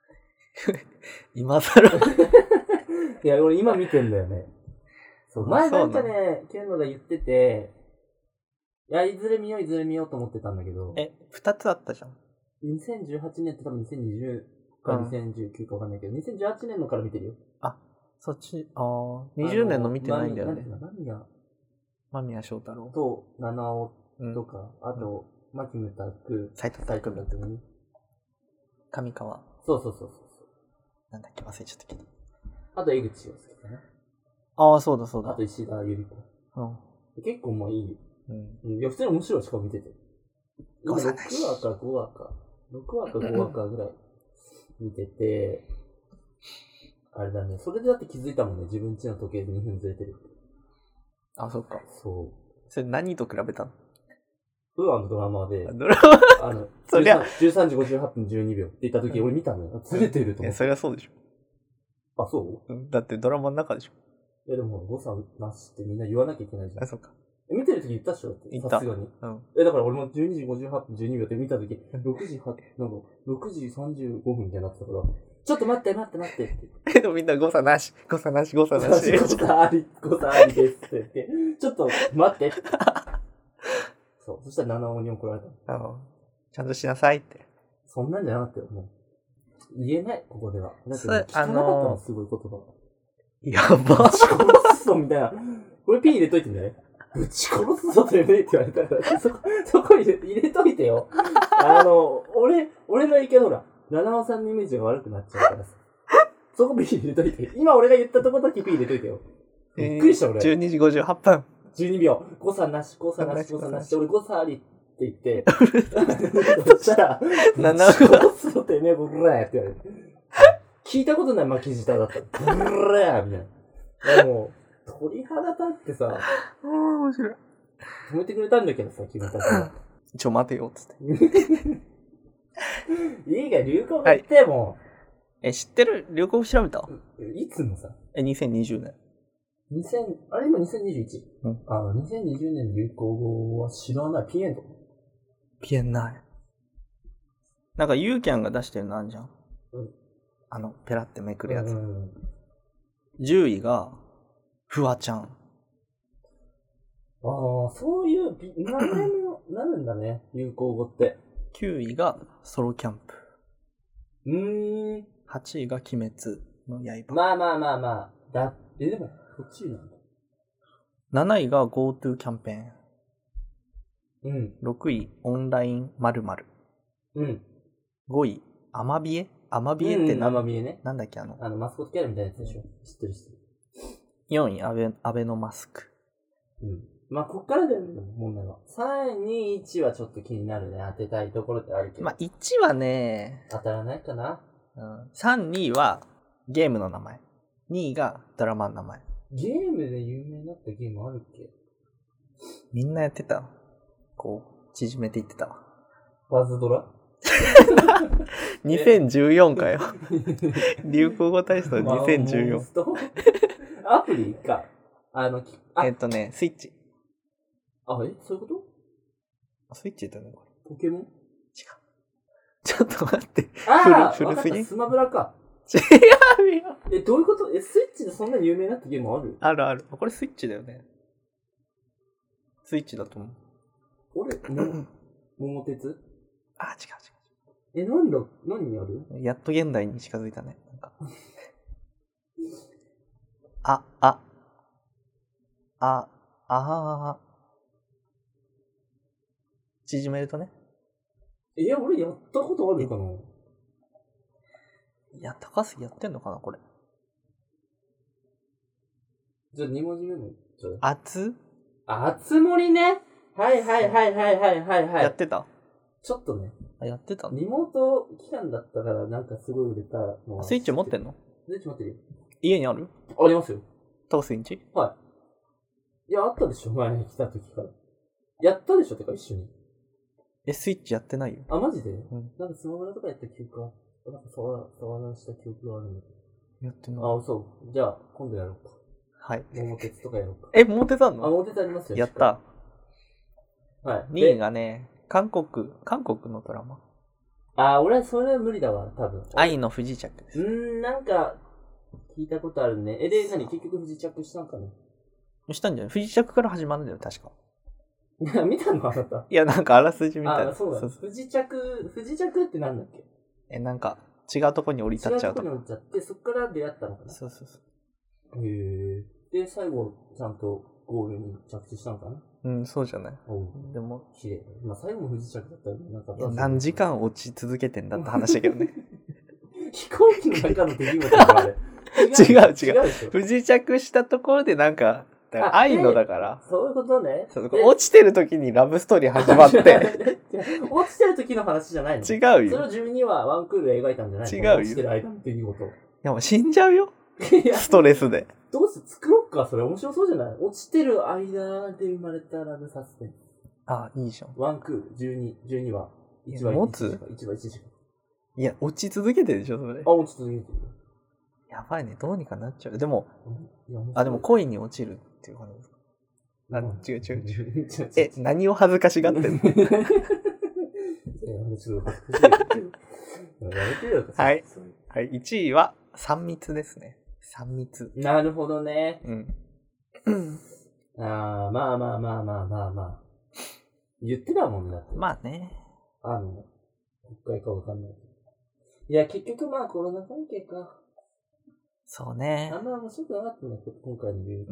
今更いや、俺今見てんだよね。そう。前なんかね、ケンノが言ってて、いや、いずれ見よう、いずれ見ようと思ってたんだけど。 え、二つあったじゃん。 にせんじゅうはちねんって多分にせんにじゅうかにせんじゅうきゅうかわかんないけど、うん、にせんじゅうはちねんのから見てるよ。 あ、そっち、ああ、にじゅうねんの見てないんだよね。 間宮。 間宮祥太郎。 と、七尾とか、うん、あと、牧ムタク、 斎藤拓海。 上川。 そうそうそうそう。 なんだっけ忘れちゃったけど。 あと江口洋介かな。 ああ、そうだそうだ。 あと石田ゆり子。うん。結構まあいい。うん。いや、普通に面白いしか見てて。ろくわかごわか。ろくわかごわかぐらい見てて、あれだね。それでだって気づいたもんね。自分家の時計でにふんずれてる。 あ、そっか。 そう。 それ何と比べたの？ うん、あのドラマで。 ドラマあの、そりゃじゅうさんじごじゅうはっぷんじゅうにびょうって言った時、うん、俺見たのよ。ずれてると思って。 え、そりゃそうでしょ。あ、そう？ うん、だってドラマの中でしょ。 いやでも、誤差なしってみんな言わなきゃいけないじゃん。 あ、そっか。 見てる時言ったっしょ？ 言った。 さすがに。うん。え、だから俺もじゅうにじごじゅうはっぷんじゅうにびょうって見た時、ろくじは、なんか、ろくじさんじゅうごふんみたいになってたから、ちょっと待って待って待ってって。 え、でもみんな誤差なし、誤差なし、誤差なし。 誤差あり、誤差ありですって言って、ちょっと待ってって。そう。そしたら七尾に怒られた。 ああ。ちゃんとしなさいって。 そんなんじゃなかったよ、もう。言えない、ここでは。だって、聞かなかったのすごい言葉。 やば。 そうみたいな。これ P 入れといてね。 ぶち殺すぞてめえって言われたから、そこ、そこ入れ、入れといてよ。あの、俺、俺の意見ほら、七尾さんのイメージが悪くなっちゃうからさ。そこ B 入れといて。今俺が言ったとこだけ B 入れといてよ。びっくりした俺。 じゅうにじごじゅうはっぷん。 じゅうにびょう。誤差なし、誤差なし、誤差なし。俺誤差ありって言って、そしたら、なな殺すぞてめえ、ブルーって言われて。聞いたことない巻き舌だった。ブルーみたいな。でも、鳥肌立ってさ、 面白い。 止めてくれたんだけどさ、君たちは。 ちょ、待てよ、つって。 いいが流行語ってもう。え、知ってる流行語調べた？ いつのさ。 え、にせんにじゅうねん。 にせん、あれ今にせんにじゅういち？ うん。 あ、にせんにじゅうねん流行語は知らない。ピエンとか。 ピエンない。なんかユーキャンが出してるのあんじゃん。 うん。 あの、ペラってめくるやつ。 うん、 じゅういが、フワちゃん。ああ、そういう名前もなるんだね、流行語って。 きゅういがソロキャンプ。 うーん。 はちいが鬼滅の刃。 まあまあまあまあ。だ、え、でも、こっちなんだ。 なないが GoTo キャンペーン。 うん。 ろくいオンライン〇〇。 うん。 ごいアマビエアマビエって何、アマビエね。 なんだっけあの。 あの、マスコットキャラみたいなやつでしょ。知ってる知ってる。 よんいアベ、アベノマスク。 うん。まあ、こっからだよね、問題は。さんい、にい、いちはちょっと気になるね。当てたいところってあるけど。 まあ、いちはね、 当たらないかな。 うん。さん、にいはゲームの名前。にいがドラマの名前。 ゲームで有名になったゲームあるっけ？ みんなやってた。こう、縮めていってたわ。 バズドラにせんじゅうよんかよ。流行語大賞にせんじゅうよん。 アプリか。あの、 あえっとね、スイッチ。 あ、えそういうこと？ スイッチだね、これ。 ポケモン？違う。 ちょっと待って。 ああ、 古すぎ？ スマブラか。 違うよ。 え、どういうこと？え、スイッチでそんなに有名になったゲームある？ あるある。これスイッチだよね。スイッチだと思う。 俺、も、桃鉄？ あ、 え、 違う違う。 何だ、何やる？ やっと現代に近づいたね。なんかあ、あ、あ、あー。縮めるとね。 いや、俺やったことあるかな？ いや、高杉やってんのかな、これ。 じゃあに文字目も。 あつあつ森ね。はいはいはいはいはいはいはい。 やってた？ ちょっとね。 あ、やってたの？ リモート期間だったからなんかすごい売れたのは。 スイッチ持ってんの？ スイッチ持ってるよ。 家にある？ ありますよ。 高杉んち？ はい。いや、あったでしょ、前に来た時から。やったでしょ、てか一緒に。 え、スイッチやってないよ。 あ、マジで？ うん。 なんかスマブラとかやった記憶が、なんか触ら、触らした記憶があるんだけど。 やってない。 あ、そう。じゃあ、今度やろうか。 はい。 桃鉄とかやろうか。 え、桃鉄あんの？ あ、桃鉄ありますよ。 やった。 はい。 にいがね、韓国、韓国のドラマ。 あ、俺はそれは無理だわ、多分。 愛の不時着です。 うーん、なんか、聞いたことあるね。え、で、何結局不時着したんかね？ したんじゃない？不時着から始まるんだよ、確か。 いや、見たのあなた。 いや、なんかあらすじみたいな。 あ、そうだ。そうそう不時着、不時着ってなんだっけ？ え、なんか、違うとこに降り立っちゃうと。 違うとこに降りちゃって、そっから出会ったのかな？ そうそうそへう。 え。で、最後、ちゃんとゴールに着地したのかな？ うん、そうじゃない。 おう。 でも、 綺麗。まあ、最後も不時着だったらね、なんか。 何時間落ち続けてんだって話だけどね。 飛行機の中の出来事だあれ。 違う違う。 違う不時着したところでなんか、だから愛のだから。 そういうことね。 そう落ちてる時にラブストーリー始まって。 落ちてる時の話じゃないの？ 違うよ。 それを自分にはワンクール描いたんじゃないの？ 違うよ。 落ちてる間の出来事。いやもう死んじゃうよ。ストレスで。 どうせ作ろっか、それ面白そうじゃない？落ちてる間で生まれたラブサスペンス。 あ、いいじゃん。 ワンクール、じゅうに、じゅうにわ。いちわ持つ ? いちわいちじかん。 いや、落ち続けてるでしょ、それ。 あ、落ち続けてる。 やばいね、どうにかなっちゃう。でも、 いやあ、でも恋に落ちるっていう感じですか。あ、違う違う違う。 う。 え、何を恥ずかしがってんの？はい。はい。いちいは、三密ですね。三密。 なるほどね。 うん。 ああ、まあまあまあまあまあまあ。言ってたもんね、だって。 まあね。 あの、国会かわかんない。いや、結局まあコロナ関係か。 そうね。 あんま面白くなかったんだけど、今回の流行。 うん。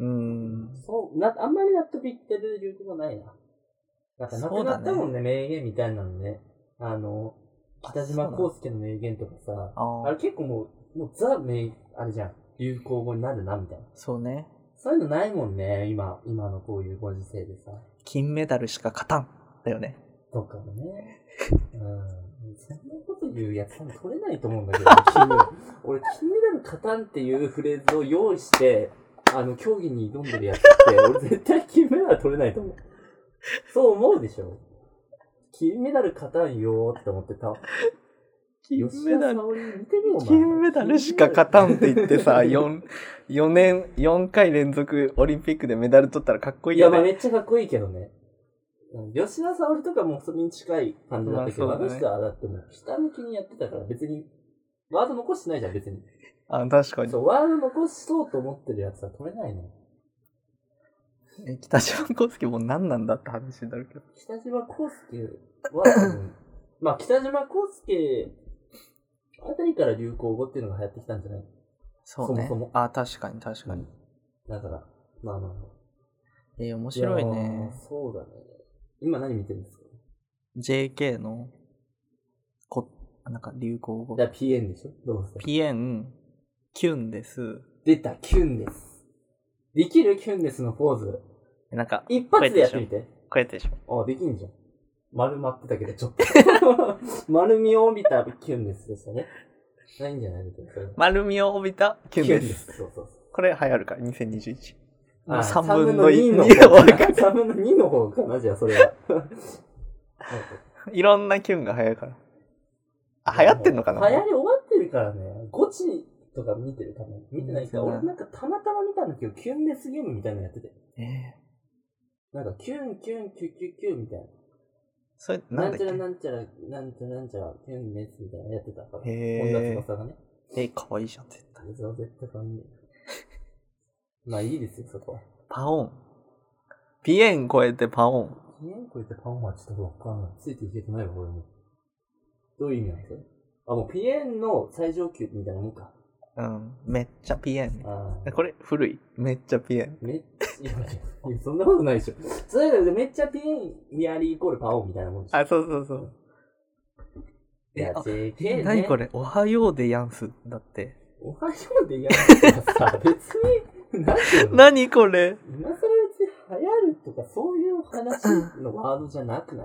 そう、な、あんまり納得いってる流行がないな。なんかなくなったもんね、名言みたいなのね。あの、北島康介の名言とかさ、あ, あれ結構もう、もうザ名、あれじゃん。流行語になるな、みたいな。 そうね。 そういうのないもんね、今、今のこういうご時世でさ。 金メダルしか勝たん。だよね。 とかもね。うん。そんなこと言うやつ多分取れないと思うんだけど、金メダル。俺、金メダル勝たんっていうフレーズを用意して、あの、競技に挑んでるやつって、俺絶対金メダル取れないと思う。そう思うでしょ？金メダル勝たんよーって思ってた。 金メダル、 見てみよう、 金メダルしか勝たんって言ってさ、4、4年、よんかい連続オリンピックでメダル取ったらかっこいいよね。 いや、まあめっちゃかっこいいけどね。吉田沙保里とかもそれに近い感じだったけど、まあ、ね、あの人はだってもう下向きにやってたから別に、ワード残してないじゃん、別に。 あ、確かに。 そう、ワード残しそうと思ってるやつは取れないの。 え、北島康介も何なんだって話になるけど。 北島康介は多分、まあ北島康介あたりから流行語っていうのが流行ってきたんじゃない？ そうね。そもそも。あ、確かに確かに。 だから、まあまあ。 えー、面白いね。 そうだね。今何見てるんですか？ ジェーケー の、こ、なんか流行語。 じゃあ ピーエヌ でしょ？どうせ。 ピーエヌ、キュンです。 出た、キュンです。できるキュンですのポーズ。 なんか、 一発でやってみて。 こうやってでしょ。 ああ、できんじゃん。丸まってたけど、ちょっと。丸みを帯びたキュンですでしたね。ないんじゃないですか。 丸みを帯びたキュンです。キュンです。 そうそうそう。 これ流行るから、にせんにじゅういち。 ああ、 さんぶんのいちの方かな。さんぶんのにの方かな、じゃあ、それは。 いろんなキュンが流行るから。あ、流行ってんのかな？ 流行り終わってるからね。ゴチとか見てるかな？見てないから、俺なんかたまたま見たんだけど、キュンレスゲームみたいなのやってて。 ええー。なんか、キュン、キュン、キュキュキュみたいな。 それ、なんだっけ？ なんちゃらなんちゃら、なんちゃらなんちゃら、キュンレスみたいなのやってたから。 へ本田翼がね。 えー、かわいいじゃん、絶対。 そう、絶対かわいいね。まあいいですよ、そこは。 パオン。ピエン超えてパオン。 ピエン超えてパオンはちょっとわかんない。ついていけてないわ、俺も。どういう意味なんですか？あ、もうピエンの最上級みたいなもんか。 うん。めっちゃピエン。 あこれ、古い。めっちゃピエン。 めっちゃ、いや、そんなことないでしょ。それでめっちゃピエン、ニアリーイコールパオンみたいなもんでしょ。 あ、そうそうそう。 いや、ジェーケー ね。 何これ？おはようでやんす。だって。 おはようでやんすはさ、別に、何ていうの？ 何これ？ 今更別に流行るとかそういう話のワードじゃなくない？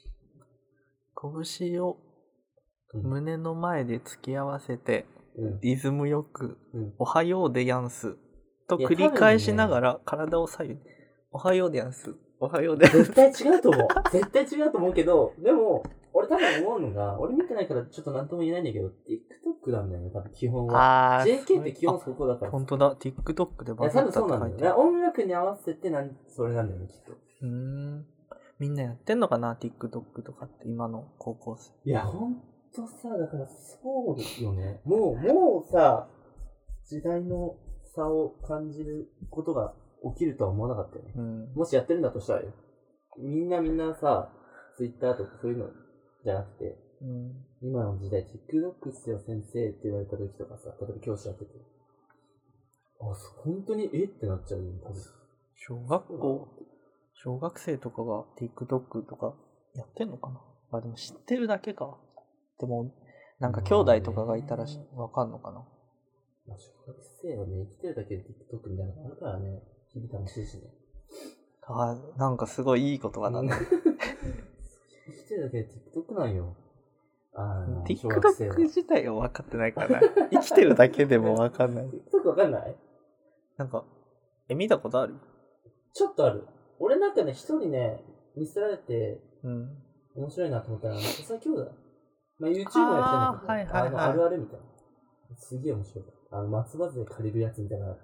拳を胸の前で突き合わせて、うん、リズムよく、うん、おはようでやんすと繰り返しながら体を左右に、おはようでやんす、おはようでやんす。 絶対違うと思う。絶対違うと思うけど、でも、俺多分思うのが、俺見てないからちょっとなんとも言えないんだけど、TikTok なんだよね、多分基本は。ジェーケー って基本そこだから。 本当だ、TikTok でバズったって書いてある。 いや、多分そうなんだよね。音楽に合わせてなん、それなんだよね、きっと。 うーん。みんなやってんのかな ?TikTok とかって今の高校生。 いや、ほんとさ、だからそうですよね。もう、もうさ、時代の差を感じることが起きるとは思わなかったよね。うん、もしやってるんだとしたらよ。みんなみんなさ、Twitter とかそういうのじゃなくて、うん、今の時代 TikTok っすよ先生って言われた時とかさ、例えば教師やってて。あ、本当にえってなっちゃうよ、多分。 小学校小学生とかが TikTok とかやってんのかなあ、でも知ってるだけか。でも、なんか兄弟とかがいたらし、わかんのかな。 まあ、小学生はね、生きてるだけで TikTok みたいなのあるからね、日々楽しいしね。 あ、なんかすごいいい言葉だね。 生きてるだけで TikTok なんよ。あ TikTok 自体は分かってないから、生きてるだけでも分かんない。 TikTok 分かんない？ なんか、え、見たことある？ ちょっとある。俺なんかね、一人ね、見せられて、うん、面白いなと思ったら、佐々木兄弟。まあ、YouTube もやってるんだけど、あ、はいはいはい、あの、あるあるみたいな。すげえ面白い。あの、松葉杖借りるやつみたいなのあって。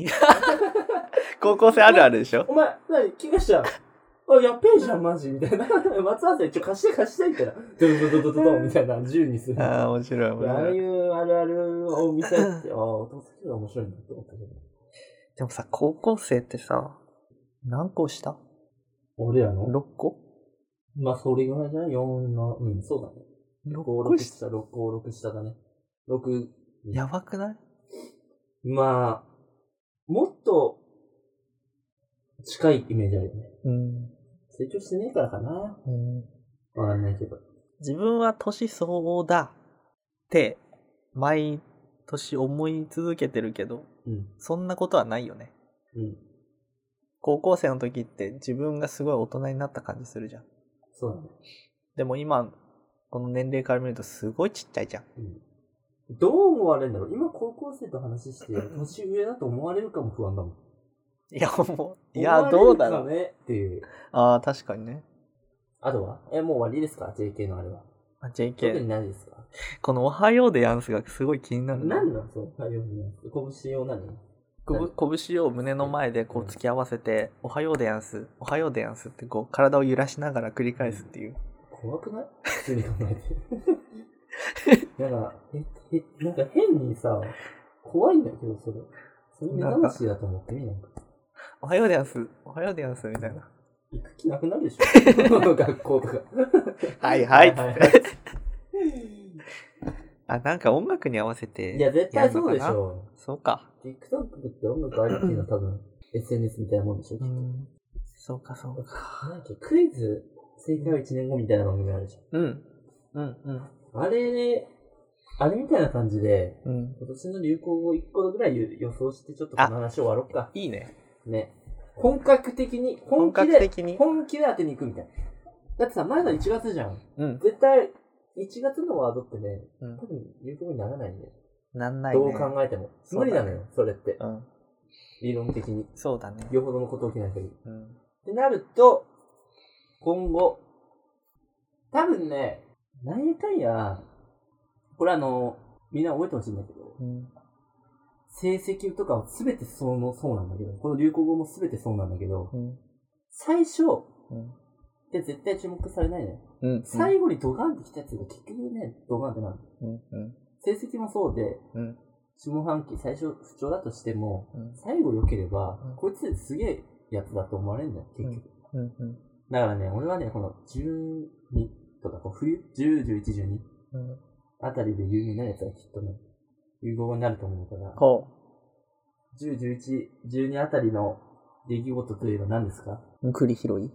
高校生あるあるでしょ？ お前、何怪我しちゃう。あ、やっべえじゃん、マジみたいな。松葉杖ちょ、貸して貸してみたいな。ドドドドドドみたいな、銃にする。 ああ、面白い面白い。 ああいうあるあるを見せて、ああ、お父さんが面白いなって思ったけど。 でもさ、高校生ってさ、何個した？ 俺らのろっ 個？ まあ、それぐらいじゃない ?よん の、うん、そうだね。ろく、ご、ろく下、ろく、ご、ろく下だね。ろく。 やばくない？ まあ、もっと近いイメージあるよね。うん。成長してねえからかな。うん。わかんないけど。 自分は年相応だって毎年思い続けてるけど、うん、そんなことはないよね。うん。高校生の時って自分がすごい大人になった感じするじゃん。 そうだね。 でも今、この年齢から見るとすごいちっちゃいじゃん。うん、 どう思われるんだろう。今高校生と話して年上だと思われるかも不安だもん。 いや、もう、いや、どうだろう。 ねっていう。 ああ、確かにね。 あとはえ、もう終わりですか ?ジェーケー のあれは。 あ、ジェーケー。 特に何ですかこのおはようでやんすがすごい気になる。 何なんそうおはようでやんす。拳を何拳を胸の前でこう突き合わせて、うん、おはようでやんす、おはようでやんすってこう体を揺らしながら繰り返すっていう。 怖くない普通に考えて。なんか、え、え、なんか変にさ、怖いんだけど、それ。それ目覚ましだと思ってみなんか。 おはようでやんす、おはようでやんすみたいな。 行く気なくなるでしょ学校とか。 はいはいっつって。あ、なんか音楽に合わせて。 いや、絶対そうでしょ。 そうか。 TikTok って音楽あるっていうのは多分 エスエヌエス みたいなもんでしょ、きっと。 そうか、そうか。 なんだっけ、クイズ、正解はいちねんごみたいな番組あるじゃん。うん。うん、うん。あれね、あれみたいな感じで、うん、今年の流行語いっこぐらい予想してちょっとこの話終わろうか。 いいね。 ね。本格的に、本気で、本格的に本気で当てに行くみたいな。だってさ、まだいちがつじゃん。うん。絶対、いちがつのワードってね、うん、多分流行語にならないね。 なんないね。 どう考えても。無理なのよ、それって。うん。理論的に。 そうだね。 よほどのこと起きない限り。うん。ってなると、今後、多分ね、なんやかんや、これあの、みんな覚えてほしいんだけど、うん、成績とかは全てそうの、そうなんだけど、この流行語も全てそうなんだけど、うん、最初、うん、で絶対注目されないね。うん、最後にドガンってきたやつが結局ね、ドガンってなる。うんうん、成績もそうで、うん、下半期最初不調だとしても、うん、最後良ければ、うん、こいつすげえやつだと思われるんだよ、結局。うんうんうん、だからね、俺はね、このじゅうにとか、こう冬、じゅう、じゅういち、じゅうに、うん、あたりで有名なやつはきっとね、流行語になると思うから、ほう。じゅう、じゅういち、じゅうにあたりの出来事というのは何ですか？ 栗拾い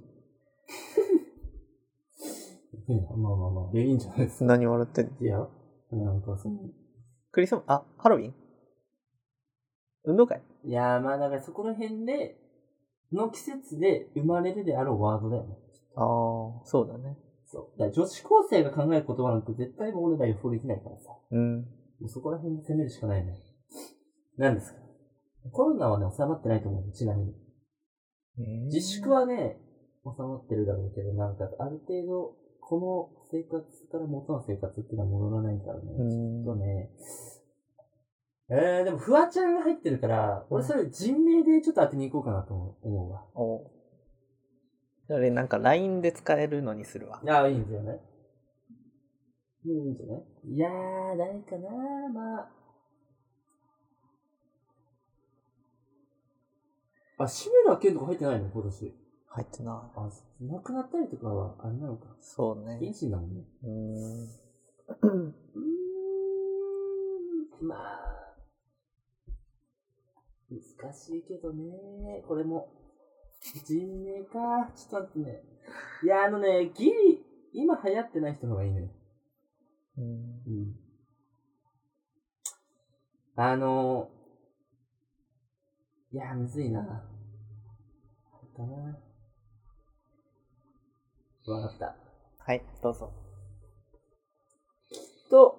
まあまあまあ、いいんじゃないですか。 何笑ってんの？ いや、なんかその、 クリスマス、あ、ハロウィン？運動会？ いやー、まあだからそこら辺で、の季節で生まれるであろうワードだよね。 ああ、そうだね。 そう。だから女子高生が考える言葉なんて絶対も俺ら予想できないからさ。うん。もうそこら辺で攻めるしかないね。何ですか？コロナはね、収まってないと思う、ちなみに。えー、自粛はね、収まってるだろうけど、なんか、ある程度、この生活から元の生活っていうのは戻らないからね。ちょっとね。えー、でも、フワちゃんが入ってるから、俺それ人名でちょっと当てに行こうかなと思うわ。おそれなんか ライン で使えるのにするわ。 ああ、いいんですよね。いいんじゃない？いやー、誰かなー、まあ。あ、志村けんとか入ってないの今年。 入ってない。 あ、亡くなったりとかは、あれなのか。 そうね。 原神だもんね。うーん。うーん。まあ。難しいけどね。これも。人名か。ちょっと待ってね。いや、あのね、ギリ、今流行ってない人の方がいいね。うん。うん。あの、いや、むずいな。かな。わかった。 はい、どうぞ。 きっと、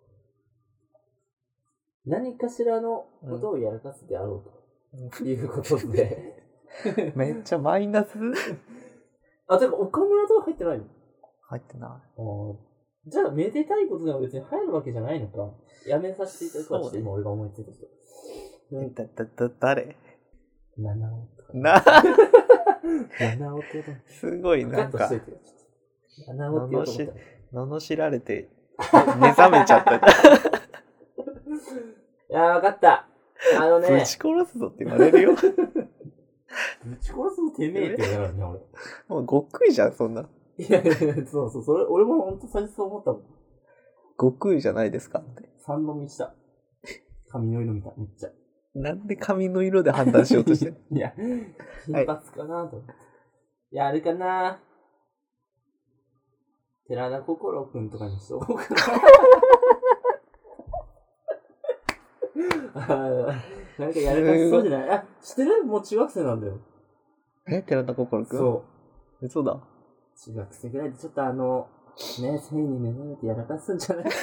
何かしらのことをやらかすであろうと、うん、いうことで。 めっちゃマイナスあ、てか岡村とか入ってないの？ 入ってない。 あじゃあ、めでたいことでは別に入るわけじゃないのか。やめさせていただくわ、ちょっと今俺が思いついた人。 うん、だ、だ、だ、誰？ 七尾とか。 な七尾って言うと。 すごいなんか。 七尾って言うと思った。 罵られて、目覚めちゃった。 いやー、わかった。あのね。 ぶち殺すぞって言われるよ。 ぶち殺すぞてめえって言うからね、俺。 もうごっくいじゃん、そんな。 いやいやそうそう、それ、俺もほんと最初そう思ったもん。 ごっくいじゃないですかって。 三飲みした。髪の色見た、めっちゃ。 なんで髪の色で判断しようとしてるいや、金髪かなと思って。はい、いや、あれかな。寺田心くんとかにしとこうかな。あなんかやらかしそうじゃない？あ、知ってる？もう中学生なんだよ。 え、寺田心くん？ そう。 そうだ。 中学生ぐらいでちょっとあの、ね、性に目覚めてやらかすんじゃないかな。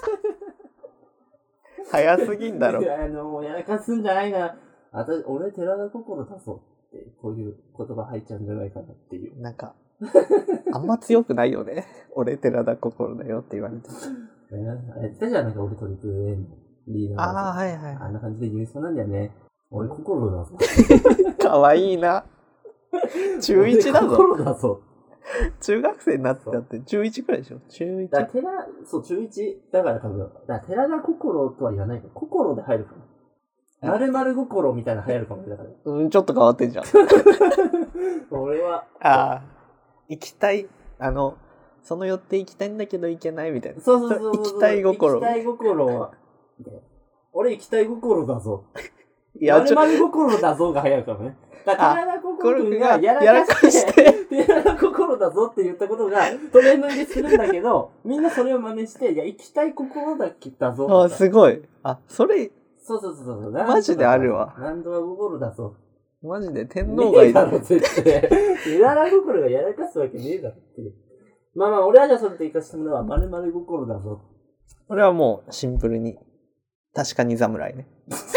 早すぎんだろ。 あの、やらかすんじゃないかな。あた俺、寺田心だぞって、こういう言葉入っちゃうんじゃないかなっていう。 なんか、あんま強くないよね。俺、寺田心だよって言われて。 えー、言ったじゃん、なんか俺トリプル A のリーダー。 ああ、はいはい。 あんな感じで言う人なんだよね。俺、心だぞ。 かわいいな。中いちだぞ。 心だぞ。 中学生になってだって中いちくらいでしょ？中いち。 だから寺、そう、中いち。だから多分、だから寺田心とは言わないから、心で入るかも。丸々心みたいな流行るかも、だから。 うん、ちょっと変わってんじゃん。 俺は。 ああ、行きたい、あの、その寄って行きたいんだけど行けないみたいな。 そうそうそうそう。 行きたい心。 行きたい心は。俺行きたい心だぞ。 いや、 丸々心だぞが流行るかもね。だから、寺田心君がやらかして、寺田心だぞって言ったことがトレンド入りするんだけど、みんなそれを真似して、いや、行きたい心だだぞ。 あ、すごい。あ、それ、 そうそうそうそう。 マジであるわ。 何度は心だぞ。 マジで天皇がいる。 ねえだろ、絶対。寺田心がやらかすわけねえだろっていう。まあまあ、俺はじゃあそれで行かせてもらうわ。丸々心だぞ。 俺はもうシンプルに、確かに侍ね。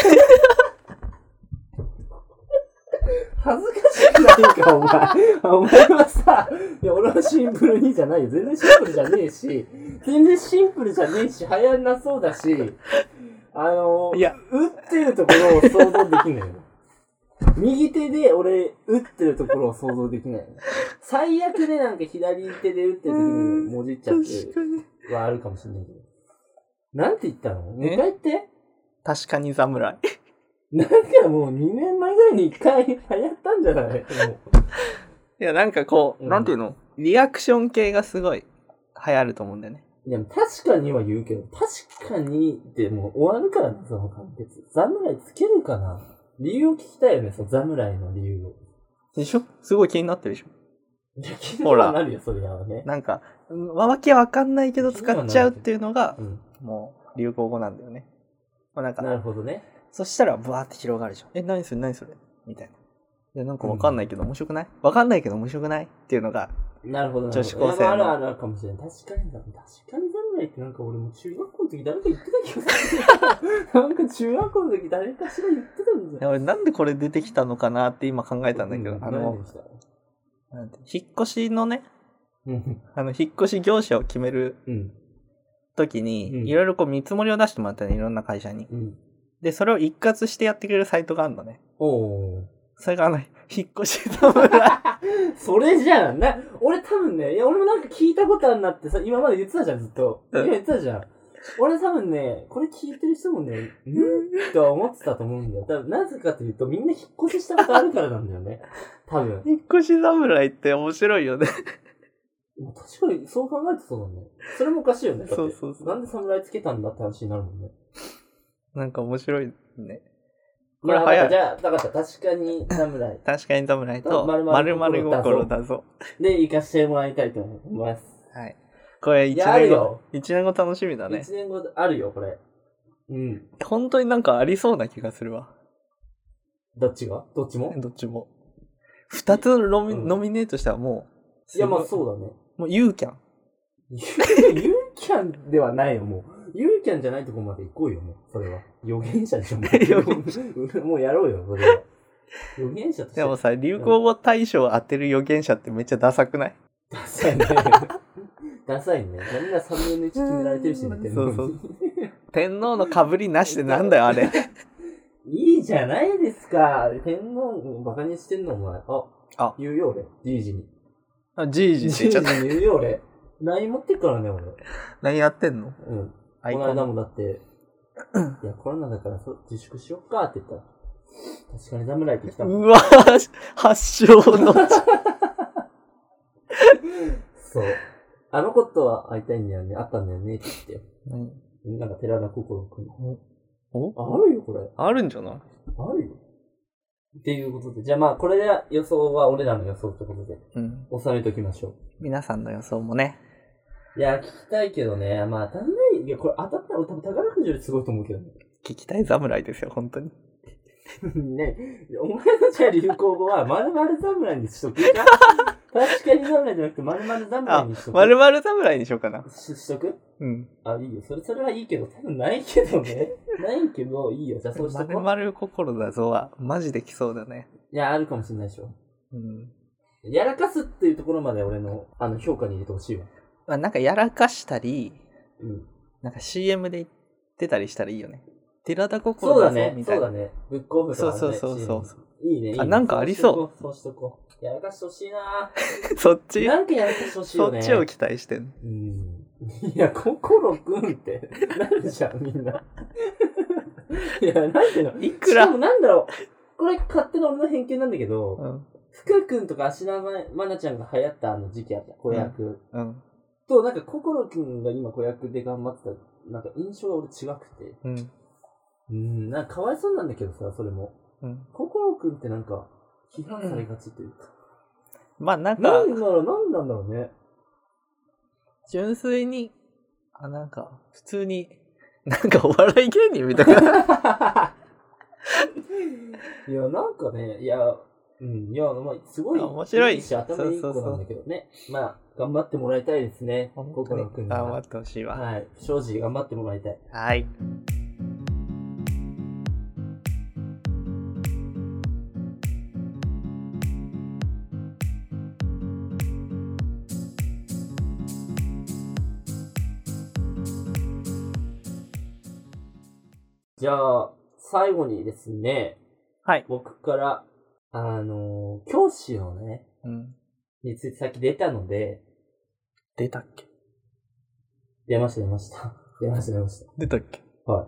恥ずかしくないか、お前。お前はさ、いや、俺はシンプルにじゃないよ。全然シンプルじゃねえし、全然シンプルじゃねえし、流行んなそうだし、あのー、いや、打ってるところを想像できないよ。右手で俺、打ってるところを想像できないよ。最悪でなんか左手で打ってる時にもじっちゃってはあるかもしれないけど。なんて言ったの？もう一回言って。 確かに侍。 なんかもうにねんまえぐらいに一回流行ったんじゃない？いや、なんかこう、うん、なんていうの？リアクション系がすごい流行ると思うんだよね。 いや、確かには言うけど、確かにってもう終わるからね、その完結。侍つけるかな？理由を聞きたいよね、その侍の理由を。 でしょ？すごい気になってるでしょ？ いや、気になるよ、それはね。 なんか、わけわかんないけど使っちゃうっていうのが、うん、もう流行語なんだよね。まあ、なんか、 なるほどね。 そしたら、ブワーって広がるじゃん。え、何それ何それみたいな。いや、なんかわかんないけど面白くない？わかんないけど面白くないっていうのが、 なるほど。 女子高生の。 あるあるあるかもしれない。確かにだ。確かに侍ってなんか俺も中学校の時誰か言ってた気がする。なんか中学校の時誰かしら言ってたんじゃん。いや、 俺なんでこれ出てきたのかなって今考えたんだけど、うん、あの、なんて引っ越しのね、あの、引っ越し業者を決める時に、うん、いろいろこう見積もりを出してもらったね、いろんな会社に。うん、で、それを一括してやってくれるサイトがあるのね。 おー。 それがあの、引っ越し侍。 それじゃん。な、俺多分ね、いや、俺もなんか聞いたことあるなってさ、今まで言ってたじゃん、ずっと。今言ってたじゃん。俺多分ね、これ聞いてる人もね、んとは思ってたと思うんだよ。多分、なぜかというと、みんな引っ越ししたことあるからなんだよね。多分。 引っ越し侍って面白いよね。 確かに、そう考えるとそうなんだよ。それもおかしいよね。 そうそうそう。 なんで侍つけたんだって話になるもんね。 なんか面白いね。 これ早い。じゃあ、だから確かに侍。 確かに侍と、まるまる心だぞ。 で、行かせてもらいたいと思います。 はい。これ一年後、一年後楽しみだね。 一年後あるよ、これ。うん。 本当になんかありそうな気がするわ。 どっちが？どっちも？ どっちも。二つノミ、うん、ノミネートしたらもう。いや、まあそうだね。 もうユーキャン。 ユーキャンではないよ、もう。ユーキャンじゃないとこまで行こうよ、もう。それは。予言者でしょ、もう。もうやろうよ、それは。予言者として。 でもさ、流行語大賞を当てる予言者ってめっちゃダサくない？ ダサいね。ダサいね。みんなさんぶんのいち決められてるしね、天皇。そうそう。 天皇の被りなしでなんだよ、あれ。 いいじゃないですか。天皇バカにしてんの、お前。あ、あ言うよ、俺。じいじに。 あ、じいじって言っちゃった。 じいじに言うよ、俺。ライン 持ってっからね、俺。 ライン やってんの？ うん。この間もだって、いや、コロナだからそ自粛しよっかって言ったら、確かに侍って来たもん。 うわぁ、発祥の。 そう。あの子とは会いたいんだよね、会ったんだよねって言って。うん。なんか寺田心くん。 おあるよ、これ。 あるんじゃない？ あるよ。っていうことで。じゃあまあ、これで予想は俺らの予想ってことで。うん。収めておきましょう。 皆さんの予想もね。 いや、聞きたいけどね。まあ、当たんない。いや、これ当たったら多分宝くじよりすごいと思うけどね。 聞きたい侍ですよ、本当に。 ね、お前のじゃあ流行語は、〇〇侍にしとくか確かに侍じゃなくて、〇〇侍にしとく。 〇〇侍にしようかな。 し、しとくうん。 あ、いいよ。それ、それはいいけど、多分ないけどね。ないけど、いいよ。じゃあそうしとこう。 〇〇心だぞは、マジできそうだね。 いや、あるかもしれないでしょ。うん。やらかすっていうところまで俺の、あの、評価に入れてほしいわ。 まあ、なんかやらかしたり、うん。なんか シーエム で言ってたりしたらいいよね。寺田心だぞみたいな。 そうだね。そうだね。ブックオフとかね。 そうそうそうそう。 いいね。いいね。 あ、なんかありそう。 そうしとこう。やらかしてほしいなそっちなんかやらかしてほしいよね。 そっちを期待してんの。 うん。いや、心くんってなるじゃん、みんな。いや、なんていうの。いくらしかもなんだろう。これ勝手な俺の偏見なんだけど、うん、福くんとか芦田愛菜ちゃんが流行ったあの時期あった。子役。うん。うん、と、なんか心くんが今子役で頑張ってた、なんか印象が俺違くて。うん。うん、なんかかわいそうなんだけどさ、それも。うん。心くんってなんか、批判されがちというか。 うん、まあなんか。 なんだろう、なんなんだろうね。 純粋に、あ、なんか、普通に、なんかお笑い芸人みたいな。 いや、なんかね、いや、うん、いや、まあ、すごい、 面白いし、頭いい子なんだけどね。そうそうそうまあ、頑張ってもらいたいですね。心くんが。 頑張ってほしいわ。 はい。正直頑張ってもらいたい。 はい。 じゃあ、最後にですね。 はい。 僕から、あのー、教師のね、うん。についてさっき出たので。 出たっけ？ 出ました、出ました。出ました、出ました。 出たっけ？ はい。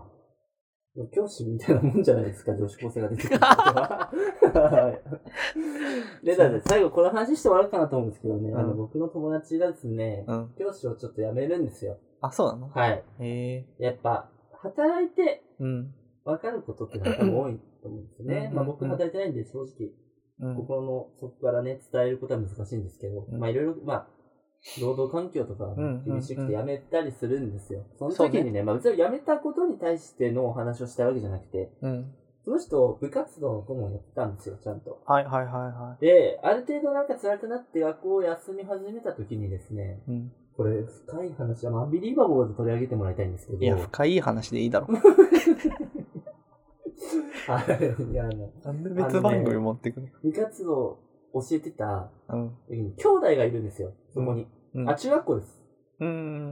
教師みたいなもんじゃないですか、女子高生が出てくることは。はい。で、だって最後この話して終わるかなと思うんですけどね、うん、あの、僕の友達がですね、うん、教師をちょっと辞めるんですよ。 あ、そうなの？ はい。へえ。やっぱ、働いて、わかることってのは多分多いと思うんですよね。まあ僕働いてないんで正直、うん、心の底からね、伝えることは難しいんですけど、うん、まあいろいろ、まあ、労働環境とか厳しくて辞めたりするんですよ。その時にね、ねまあ別に辞めたことに対してのお話をしたわけじゃなくて、うん、その人、部活動の顧問やってたんですよ、ちゃんと。 はいはいはいはい。 で、ある程度なんか辛くなって学校を休み始めた時にですね、うん、これ深い話はアンビリーバボーで取り上げてもらいたいんですけど。 いや、深い話でいいだろ。 あいやあのなんで別番組持ってくるの、ね、 部活動教えてた、うん、兄弟がいるんですよ、そこに。うん、あ、中学校です。うん。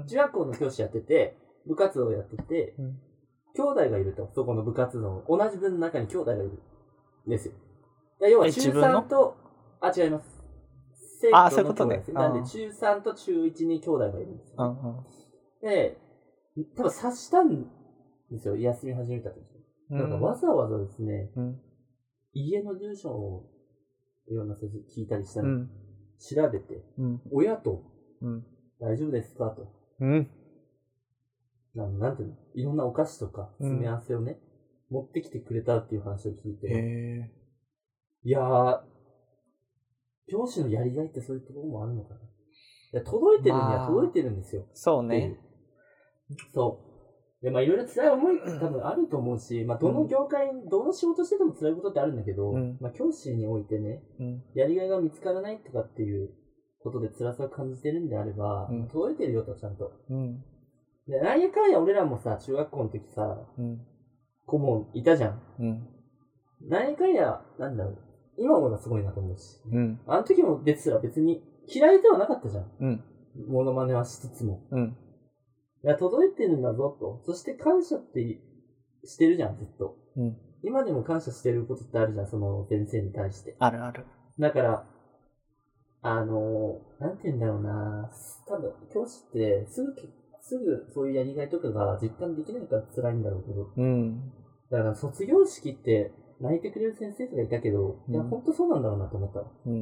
中学校の教師やってて、部活動やってて、うん、兄弟がいると、そこの部活動、同じ部の中に兄弟がいるんですよ。要は中さんと、あ、違います。生徒のあ、そういうことね。 なんで中さんと中いちに兄弟がいるんですよ、ね。うんうん、で、多分察したんですよ、休み始めた時。なんかわざわざですね、うん、家の住所をいろんな先生聞いたりしたり、うん、調べて、うん、親と、うん、大丈夫ですかと。うん、なんなんていうのいろんなお菓子とか詰め合わせをね、うん、持ってきてくれたっていう話を聞いて、へいやー、教師のやりがいってそういうところもあるのかな。いや届いてるには届いてるんですよ。まあ、 そうね。 そう。で、まあいろいろ辛い思いって多分あると思うし、まあどの業界、うん、どの仕事してても辛いことってあるんだけど、うん、まあ教師においてね、うん、やりがいが見つからないとかっていうことで辛さを感じてるんであれば、うん、届いてるよとちゃんと。うん、で、なんやかんや俺らもさ、中学校の時さ、うん、顧問いたじゃん。うん、なんやかんや、なんだろう、今思えばすごいなと思うし、うん、あの時もですら別に嫌いではなかったじゃん。うん、モノマネはしつつも。うんいや、届いてるんだぞと。そして感謝ってしてるじゃん、ずっと。うん。今でも感謝してることってあるじゃん、その先生に対して。 あるある。 だから、あの、なんて言うんだろうな多分、教師ってすぐ、すぐそういうやりがいとかが実感できないから辛いんだろうけど。うん。だから卒業式って泣いてくれる先生とかいたけど、うん、いや、ほんとそうなんだろうなと思った。うんうん。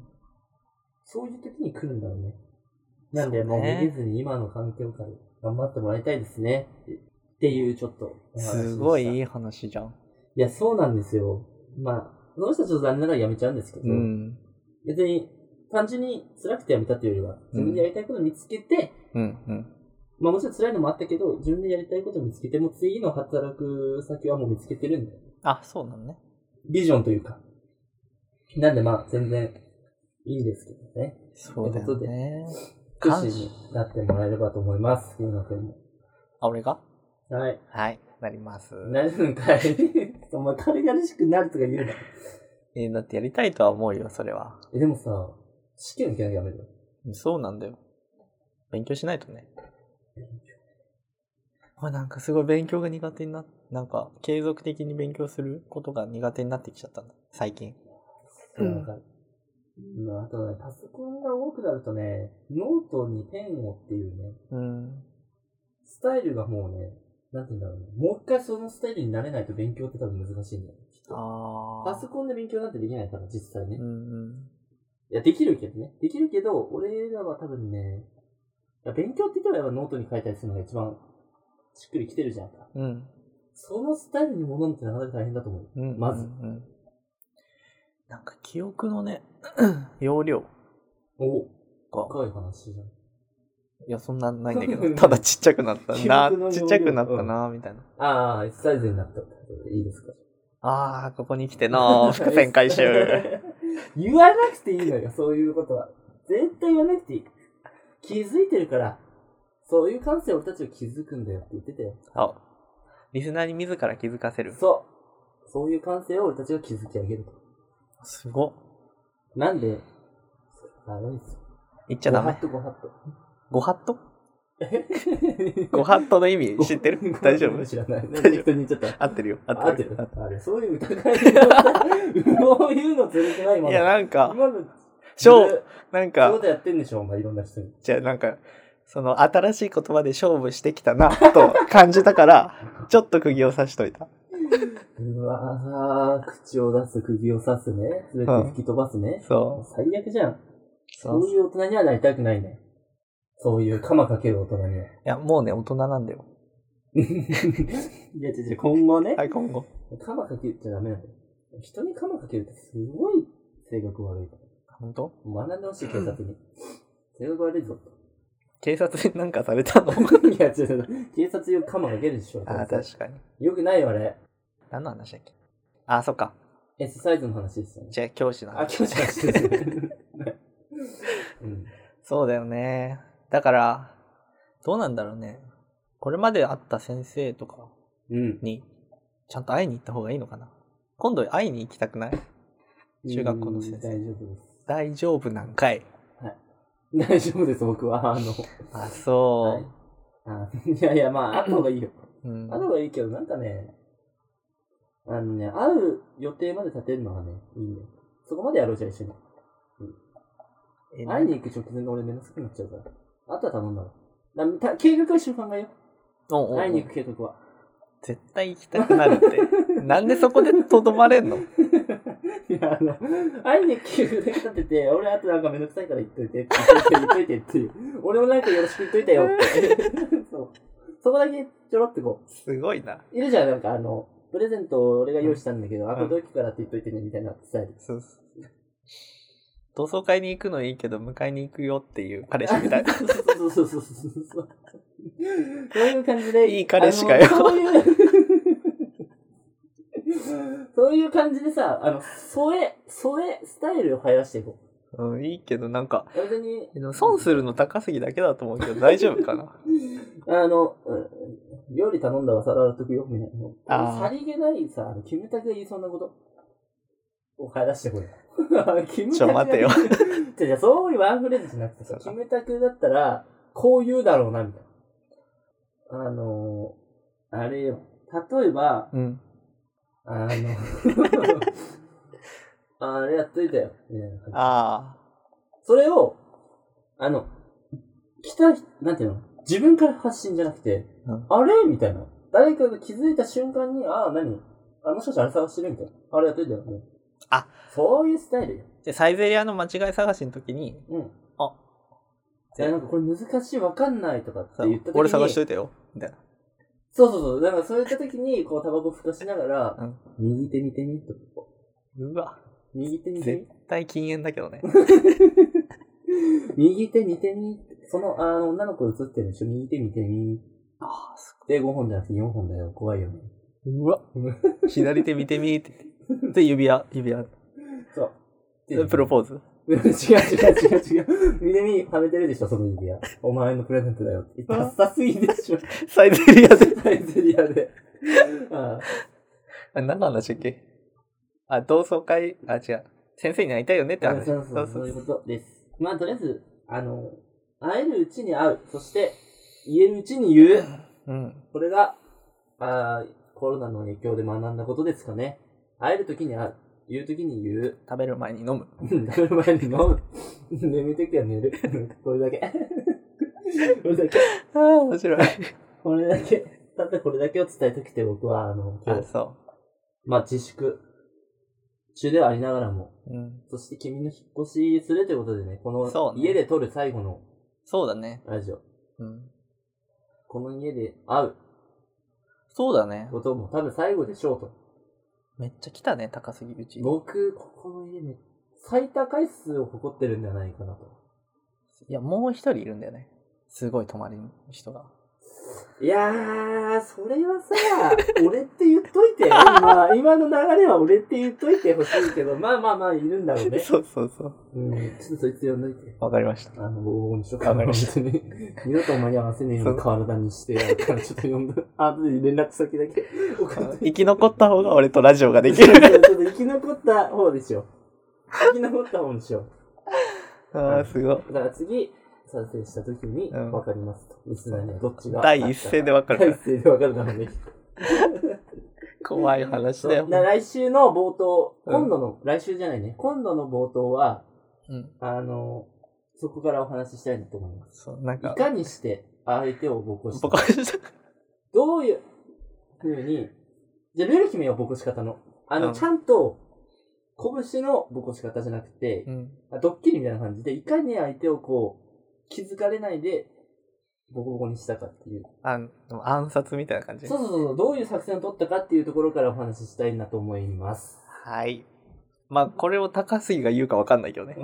そういう時に来るんだろうね。なんで、もうめげずに今の環境下で頑張ってもらいたいですね。 っていうちょっと。 すごいいい話じゃん。 いや、そうなんですよ。まあ、その人はちょっと残念ながら辞めちゃうんですけど、うん、別に単純に辛くて辞めたっていうよりは、自分でやりたいことを見つけて、うんうん、まあもちろん辛いのもあったけど、自分でやりたいことを見つけて、も次の働く先はもう見つけてるんだよ。 あ、そうなのね。 ビジョンというか。なんでまあ全然いいですけどね。 そうだよね。 福祉になってもらえればと思います。ゆうのくんも。 あ、俺がはい。 はい、なります。 なるんかい。お前軽々しくなるとか言うな。 えー、だってやりたいとは思うよ、それは。 え、でもさ、試験受けなきゃやめるよ。 そうなんだよ。勉強しないとね。あ、なんかすごい勉強が苦手になっ、なんか継続的に勉強することが苦手になってきちゃったんだ、最近。 うん。うん、あとね、パソコンが多くなるとね、ノートにペンをっていうね、うん、スタイルがもうね、なんて言うんだろうね、もう一回そのスタイルになれないと勉強って多分難しいんだよ、きっと。あパソコンで勉強なんてできないから、実際ね。うんうん、いや、できるけどね。できるけど、俺らは多分ね、いや勉強って言ったらやっぱノートに書いたりするのが一番しっくりきてるじゃんか。うん。そのスタイルに戻るってなかなか大変だと思う。うん、まず。うんうん、 なんか記憶のね、容量。 お深い話じゃん。 いや、そんなないんだけど、ただちっちゃくなったな、ちっちゃくなったな、みたいな。 ああ、S サイズになったってことでいいですか？ ああ、ここに来ての伏線回収。 言わなくていいのよ、そういうことは。絶対言わなくていい。気づいてるから、そういう感性俺たちは気づくんだよって言ってて。 あ、リスナーに自ら気づかせる。 そう。そういう感性を俺たちが気づき上げると。 すごっ。 なんで、あれですよ。 言っちゃダメ。 ごハット、 ごハット。ごハットの意味知ってる？大丈夫？ 知らない。 大丈夫。 に言っちゃった。 合ってるよ。合ってる。 合ってる。あれ、そういう疑いそういうのずるくないもん。 いや、なんか、 今の、 勝負、なんか、 そういうことやってんでしょ、お前いろんな人に。 じゃあ、なんか、その、新しい言葉で勝負してきたな、と感じたから、ちょっと釘を刺しといた。 うわぁ、口を出す、釘を刺すね。それで吹き飛ばすね。 うん、そう。 最悪じゃん。そういう大人にはなりたくないね。そういう鎌かける大人には。いや、もうね、大人なんだよ。 いや、違う違う、今後ね。 はい、今後。 鎌かけちゃダメなんだよ。人に鎌かけるってすごい性格悪いから。 本当？ 学んでほしい、警察に。性格悪いぞ。 警察になんかされたの？ いや、違う、警察よく鎌かけるでしょ。 ああ、確かに。 よくないよ、あれ。 何の話だっけ？ああ、そっか。 S サイズの話ですよね。 じゃあ、教師の話。 あ、教師の話ですね。 うん、そうだよね。だから、どうなんだろうね。これまで会った先生とかに、ちゃんと会いに行った方がいいのかな。今度会いに行きたくない？中学校の先生。 大丈夫です。 大丈夫なんかい。 はい。大丈夫です、僕は。あの。 あ、そう。はい、 あいやいや、まあ、会った方がいいよ。うん、会った方がいいけど、なんかね、あのね、会う予定まで立てるのがね、いいんだよ。そこまでやろうじゃん、一緒に。うん、会いに行く直前で俺めんどくさくなっちゃうから。あとは頼んだら。だ計画は一緒に考えよう。おうおうおう、会いに行く計画は。 絶対行きたくなるって。なんでそこでとどまれんの？いや、あの、会いに行く計画だけ立てて、俺あとなんかめんどくさいから言っといて、言っといて、言っといてっていう。俺もなんかよろしく言っといてよって。そう。そこだけちょろってこう。 すごいな。 いるじゃん、なんかあの、プレゼントを俺が用意したんだけど、うん、あ、これ同期からって言っといてね、みたいなスタイル。そうそう。 同窓会に行くのいいけど、迎えに行くよっていう彼氏みたいな。 そうそうそうそうそう。そういう感じで。 いい彼氏かよ。 そういう、そういう感じでさ、あの、添え、添え、スタイルを流行らしていこう。うん、いいけど、なんか、 別に損するの高杉だけだと思うけど、大丈夫かな。 あの、うん、料理頼んだら皿洗っとくよ、みたいな。さりげないさ、キムタクが言いそうなことを流行らしてこい。キムタクちょ、待てよ。じゃじゃそういうワンフレーズじゃなくてさ、キムタクだったら、こう言うだろうな、みたいな。あのー、あれよ。例えば、うん、あの、あれやっといたよ。ああ。それを、あの、来た、なんていうの？自分から発信じゃなくて、うん、あれみたいな。誰かが気づいた瞬間に、ああ、何あ、もしかしてあれ探してるみたいな。あれやっといたよね。あ、そういうスタイルよ。 で、サイゼリアの間違い探しの時に、うん。あ、 いや、なんかこれ難しいわかんないとかって言った時に。 俺探しといたよ。みたいな。 そうそうそう。だからそういった時に、こう、タバコふかしながら、うん、右手見てみと。 うわ。 右手見てみ。 絶対禁煙だけどね。 右手見てみ。その、あの、女の子映ってるでしょ。右手見てみ。 ああ、すごい。で、ごほんじゃなくてよんほんだよ。怖いよね。 うわ。左手見てみって。で、指輪、指輪。 そう。 で、プロポーズ。 違う違う違う違う。見てみ、はめてるでしょ、その指輪。お前のプレゼントだよって。ダサすぎでしょ。 サイゼリアで。 サイゼリアで。ああ。何の話だっけ？あ、同窓会、あ、違う。先生に会いたいよねって話。 そうそうそう。そういうことです。まあ、とりあえず、あの、会えるうちに会う。そして、言えるうちに言う。うん。これが、あコロナの影響で学んだことですかね。会えるときに会う。言うときに言う。 食べる前に飲む。 食べる前に飲む。眠いときは寝る。これだけ。これだけ。 ああ、面白い。 これだけ。ただこれだけを伝えときて僕は、あの、 今日。あ、そう。 まあ、自粛中ではありながらも。うん。そして君の引っ越しするということでね、この家で撮る最後の。 そうだね。 ラジオ。うん。この家で会う。 そうだね。 ことも多分最後でしょうと。 めっちゃ来たね、高杉うち。 僕、ここの家ね、最多回数を誇ってるんじゃないかなと。 いや、もう一人いるんだよね。すごい泊まりの人が。 いやー、それはさ、俺って言っといて。今、今の流れは俺って言っといてほしいけど、まあまあまあいるんだろうね。 そうそうそう。 うん、ちょっとそいつ呼んどいて。 わかりました。 あの、防音しようかな。わかりました。二度とお前に合わせねえように体にしてやるから、ちょっと呼んだ。あとで連絡先だけ。 生き残った方が俺とラジオができる。 ちょっと生き残った方でしょ。生き残った方にしよう。ああ、すごい。 だから次、賛成したときに分かりますと。リスナーにはどっちが。 第一声で分かる。 第一声で分かるからね。 怖い話だよ。 だ来週の冒頭、今度の、うん、来週じゃないね。今度の冒頭は、うん、あの、そこからお話ししたいなと思います。そうなんかいかにして相手をボコした。ボコした。どういう風に、じゃあルール決めよう、ボコし方の。あの、うん、ちゃんと、拳のボコし方じゃなくて、うん、ドッキリみたいな感じで、いかに相手をこう、気づかれないで、ボコボコにしたかっていう。 暗、暗殺みたいな感じ。 そうそうそう。どういう作戦を取ったかっていうところからお話ししたいなと思います。 はい。まあ、これを高杉が言うか分かんないけどね。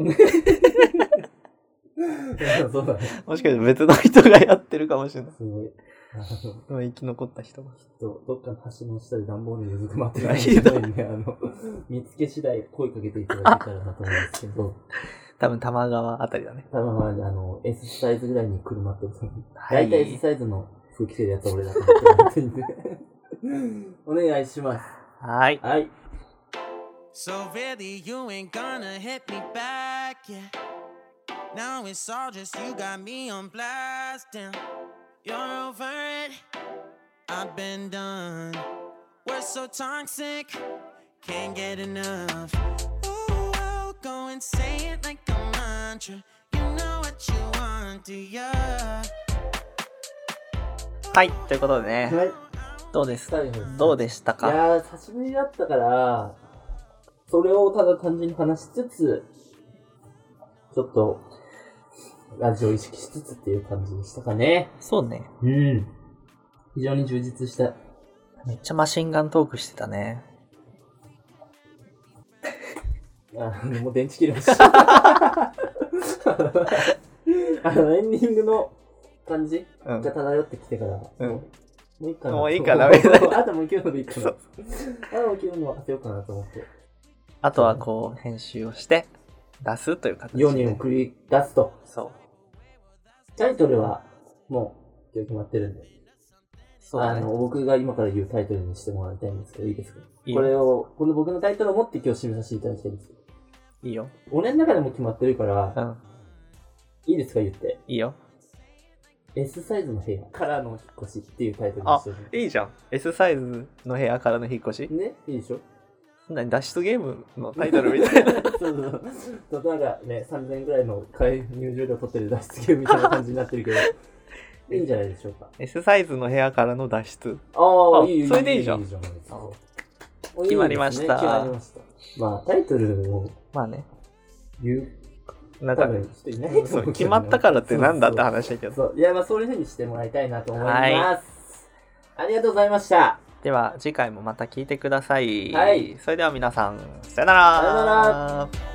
そうだね。 もしかして別の人がやってるかもしれない。 すごい。 生き残った人が。 きっと、どっかの橋の下で段ボールにうずくまってるかもしれないんで、あの、見つけ次第声かけていただけたらなと思うんですけど。 多分、玉川あたりだね。 玉川、あの、S サイズぐらいに車ってことに。はい。だいたい S サイズの空気清るやつは俺だと思ってるんで。お願いします。 はい。 はい。 So really you ain't gonna hit me back, yeah. Now it's all just you got me on blast, damn. You're over it, I've been done. We're so toxic, can't get enough. Go and say it like a mantra. You know what you want, do ya? はい、ということでね。 はい。 どうですか？どうでしたか？ いやー、久しぶりだったから、それをただ単純に話しつつ、ちょっと、ラジオを意識しつつっていう感じでしたかね。 そうね。 うん。非常に充実した。 めっちゃマシンガントークしてたね。 あもう電池切れました。あの、エンディングの感じが漂ってきてから、うん、もういいかな。 もういいかな。 あともういけるのでいいかな。あともういけるのは当てようかなと思って。 あとはこう、編集をして、出すという形で。 世に送り出すと。 そう。 タイトルは、もう、今日決まってるんで。そうだね。あの、僕が今から言うタイトルにしてもらいたいんですけど、いいですか？いいこれを、この僕のタイトルを持って今日締めさせていただきたいんです。 いいよ。 俺の中でも決まってるから、うん。いいですか言って。 いいよ。 S サイズの部屋からの引っ越しっていうタイトルにしてる。 あ、いいじゃん。S サイズの部屋からの引っ越しね、いいでしょ？ 何脱出ゲームのタイトルみたいな。そうそうそう。なんかね、さんぜんえんぐらいの入場料取ってる脱出ゲームみたいな感じになってるけど、いいんじゃないでしょうか。 S サイズの部屋からの脱出。 ああ、いいよ。 それでいいじゃん。 いいじゃん。 決まりました。 決まりました。まあ、タイトルを、 まあね。 言う。 なんか、そう決まったからってなんだって話だけど。 そう。いや、まあそういう風にしてもらいたいなと思います。 ありがとうございました。 では次回もまた聞いてください。 はい。 それでは皆さん、さよなら。 さよなら。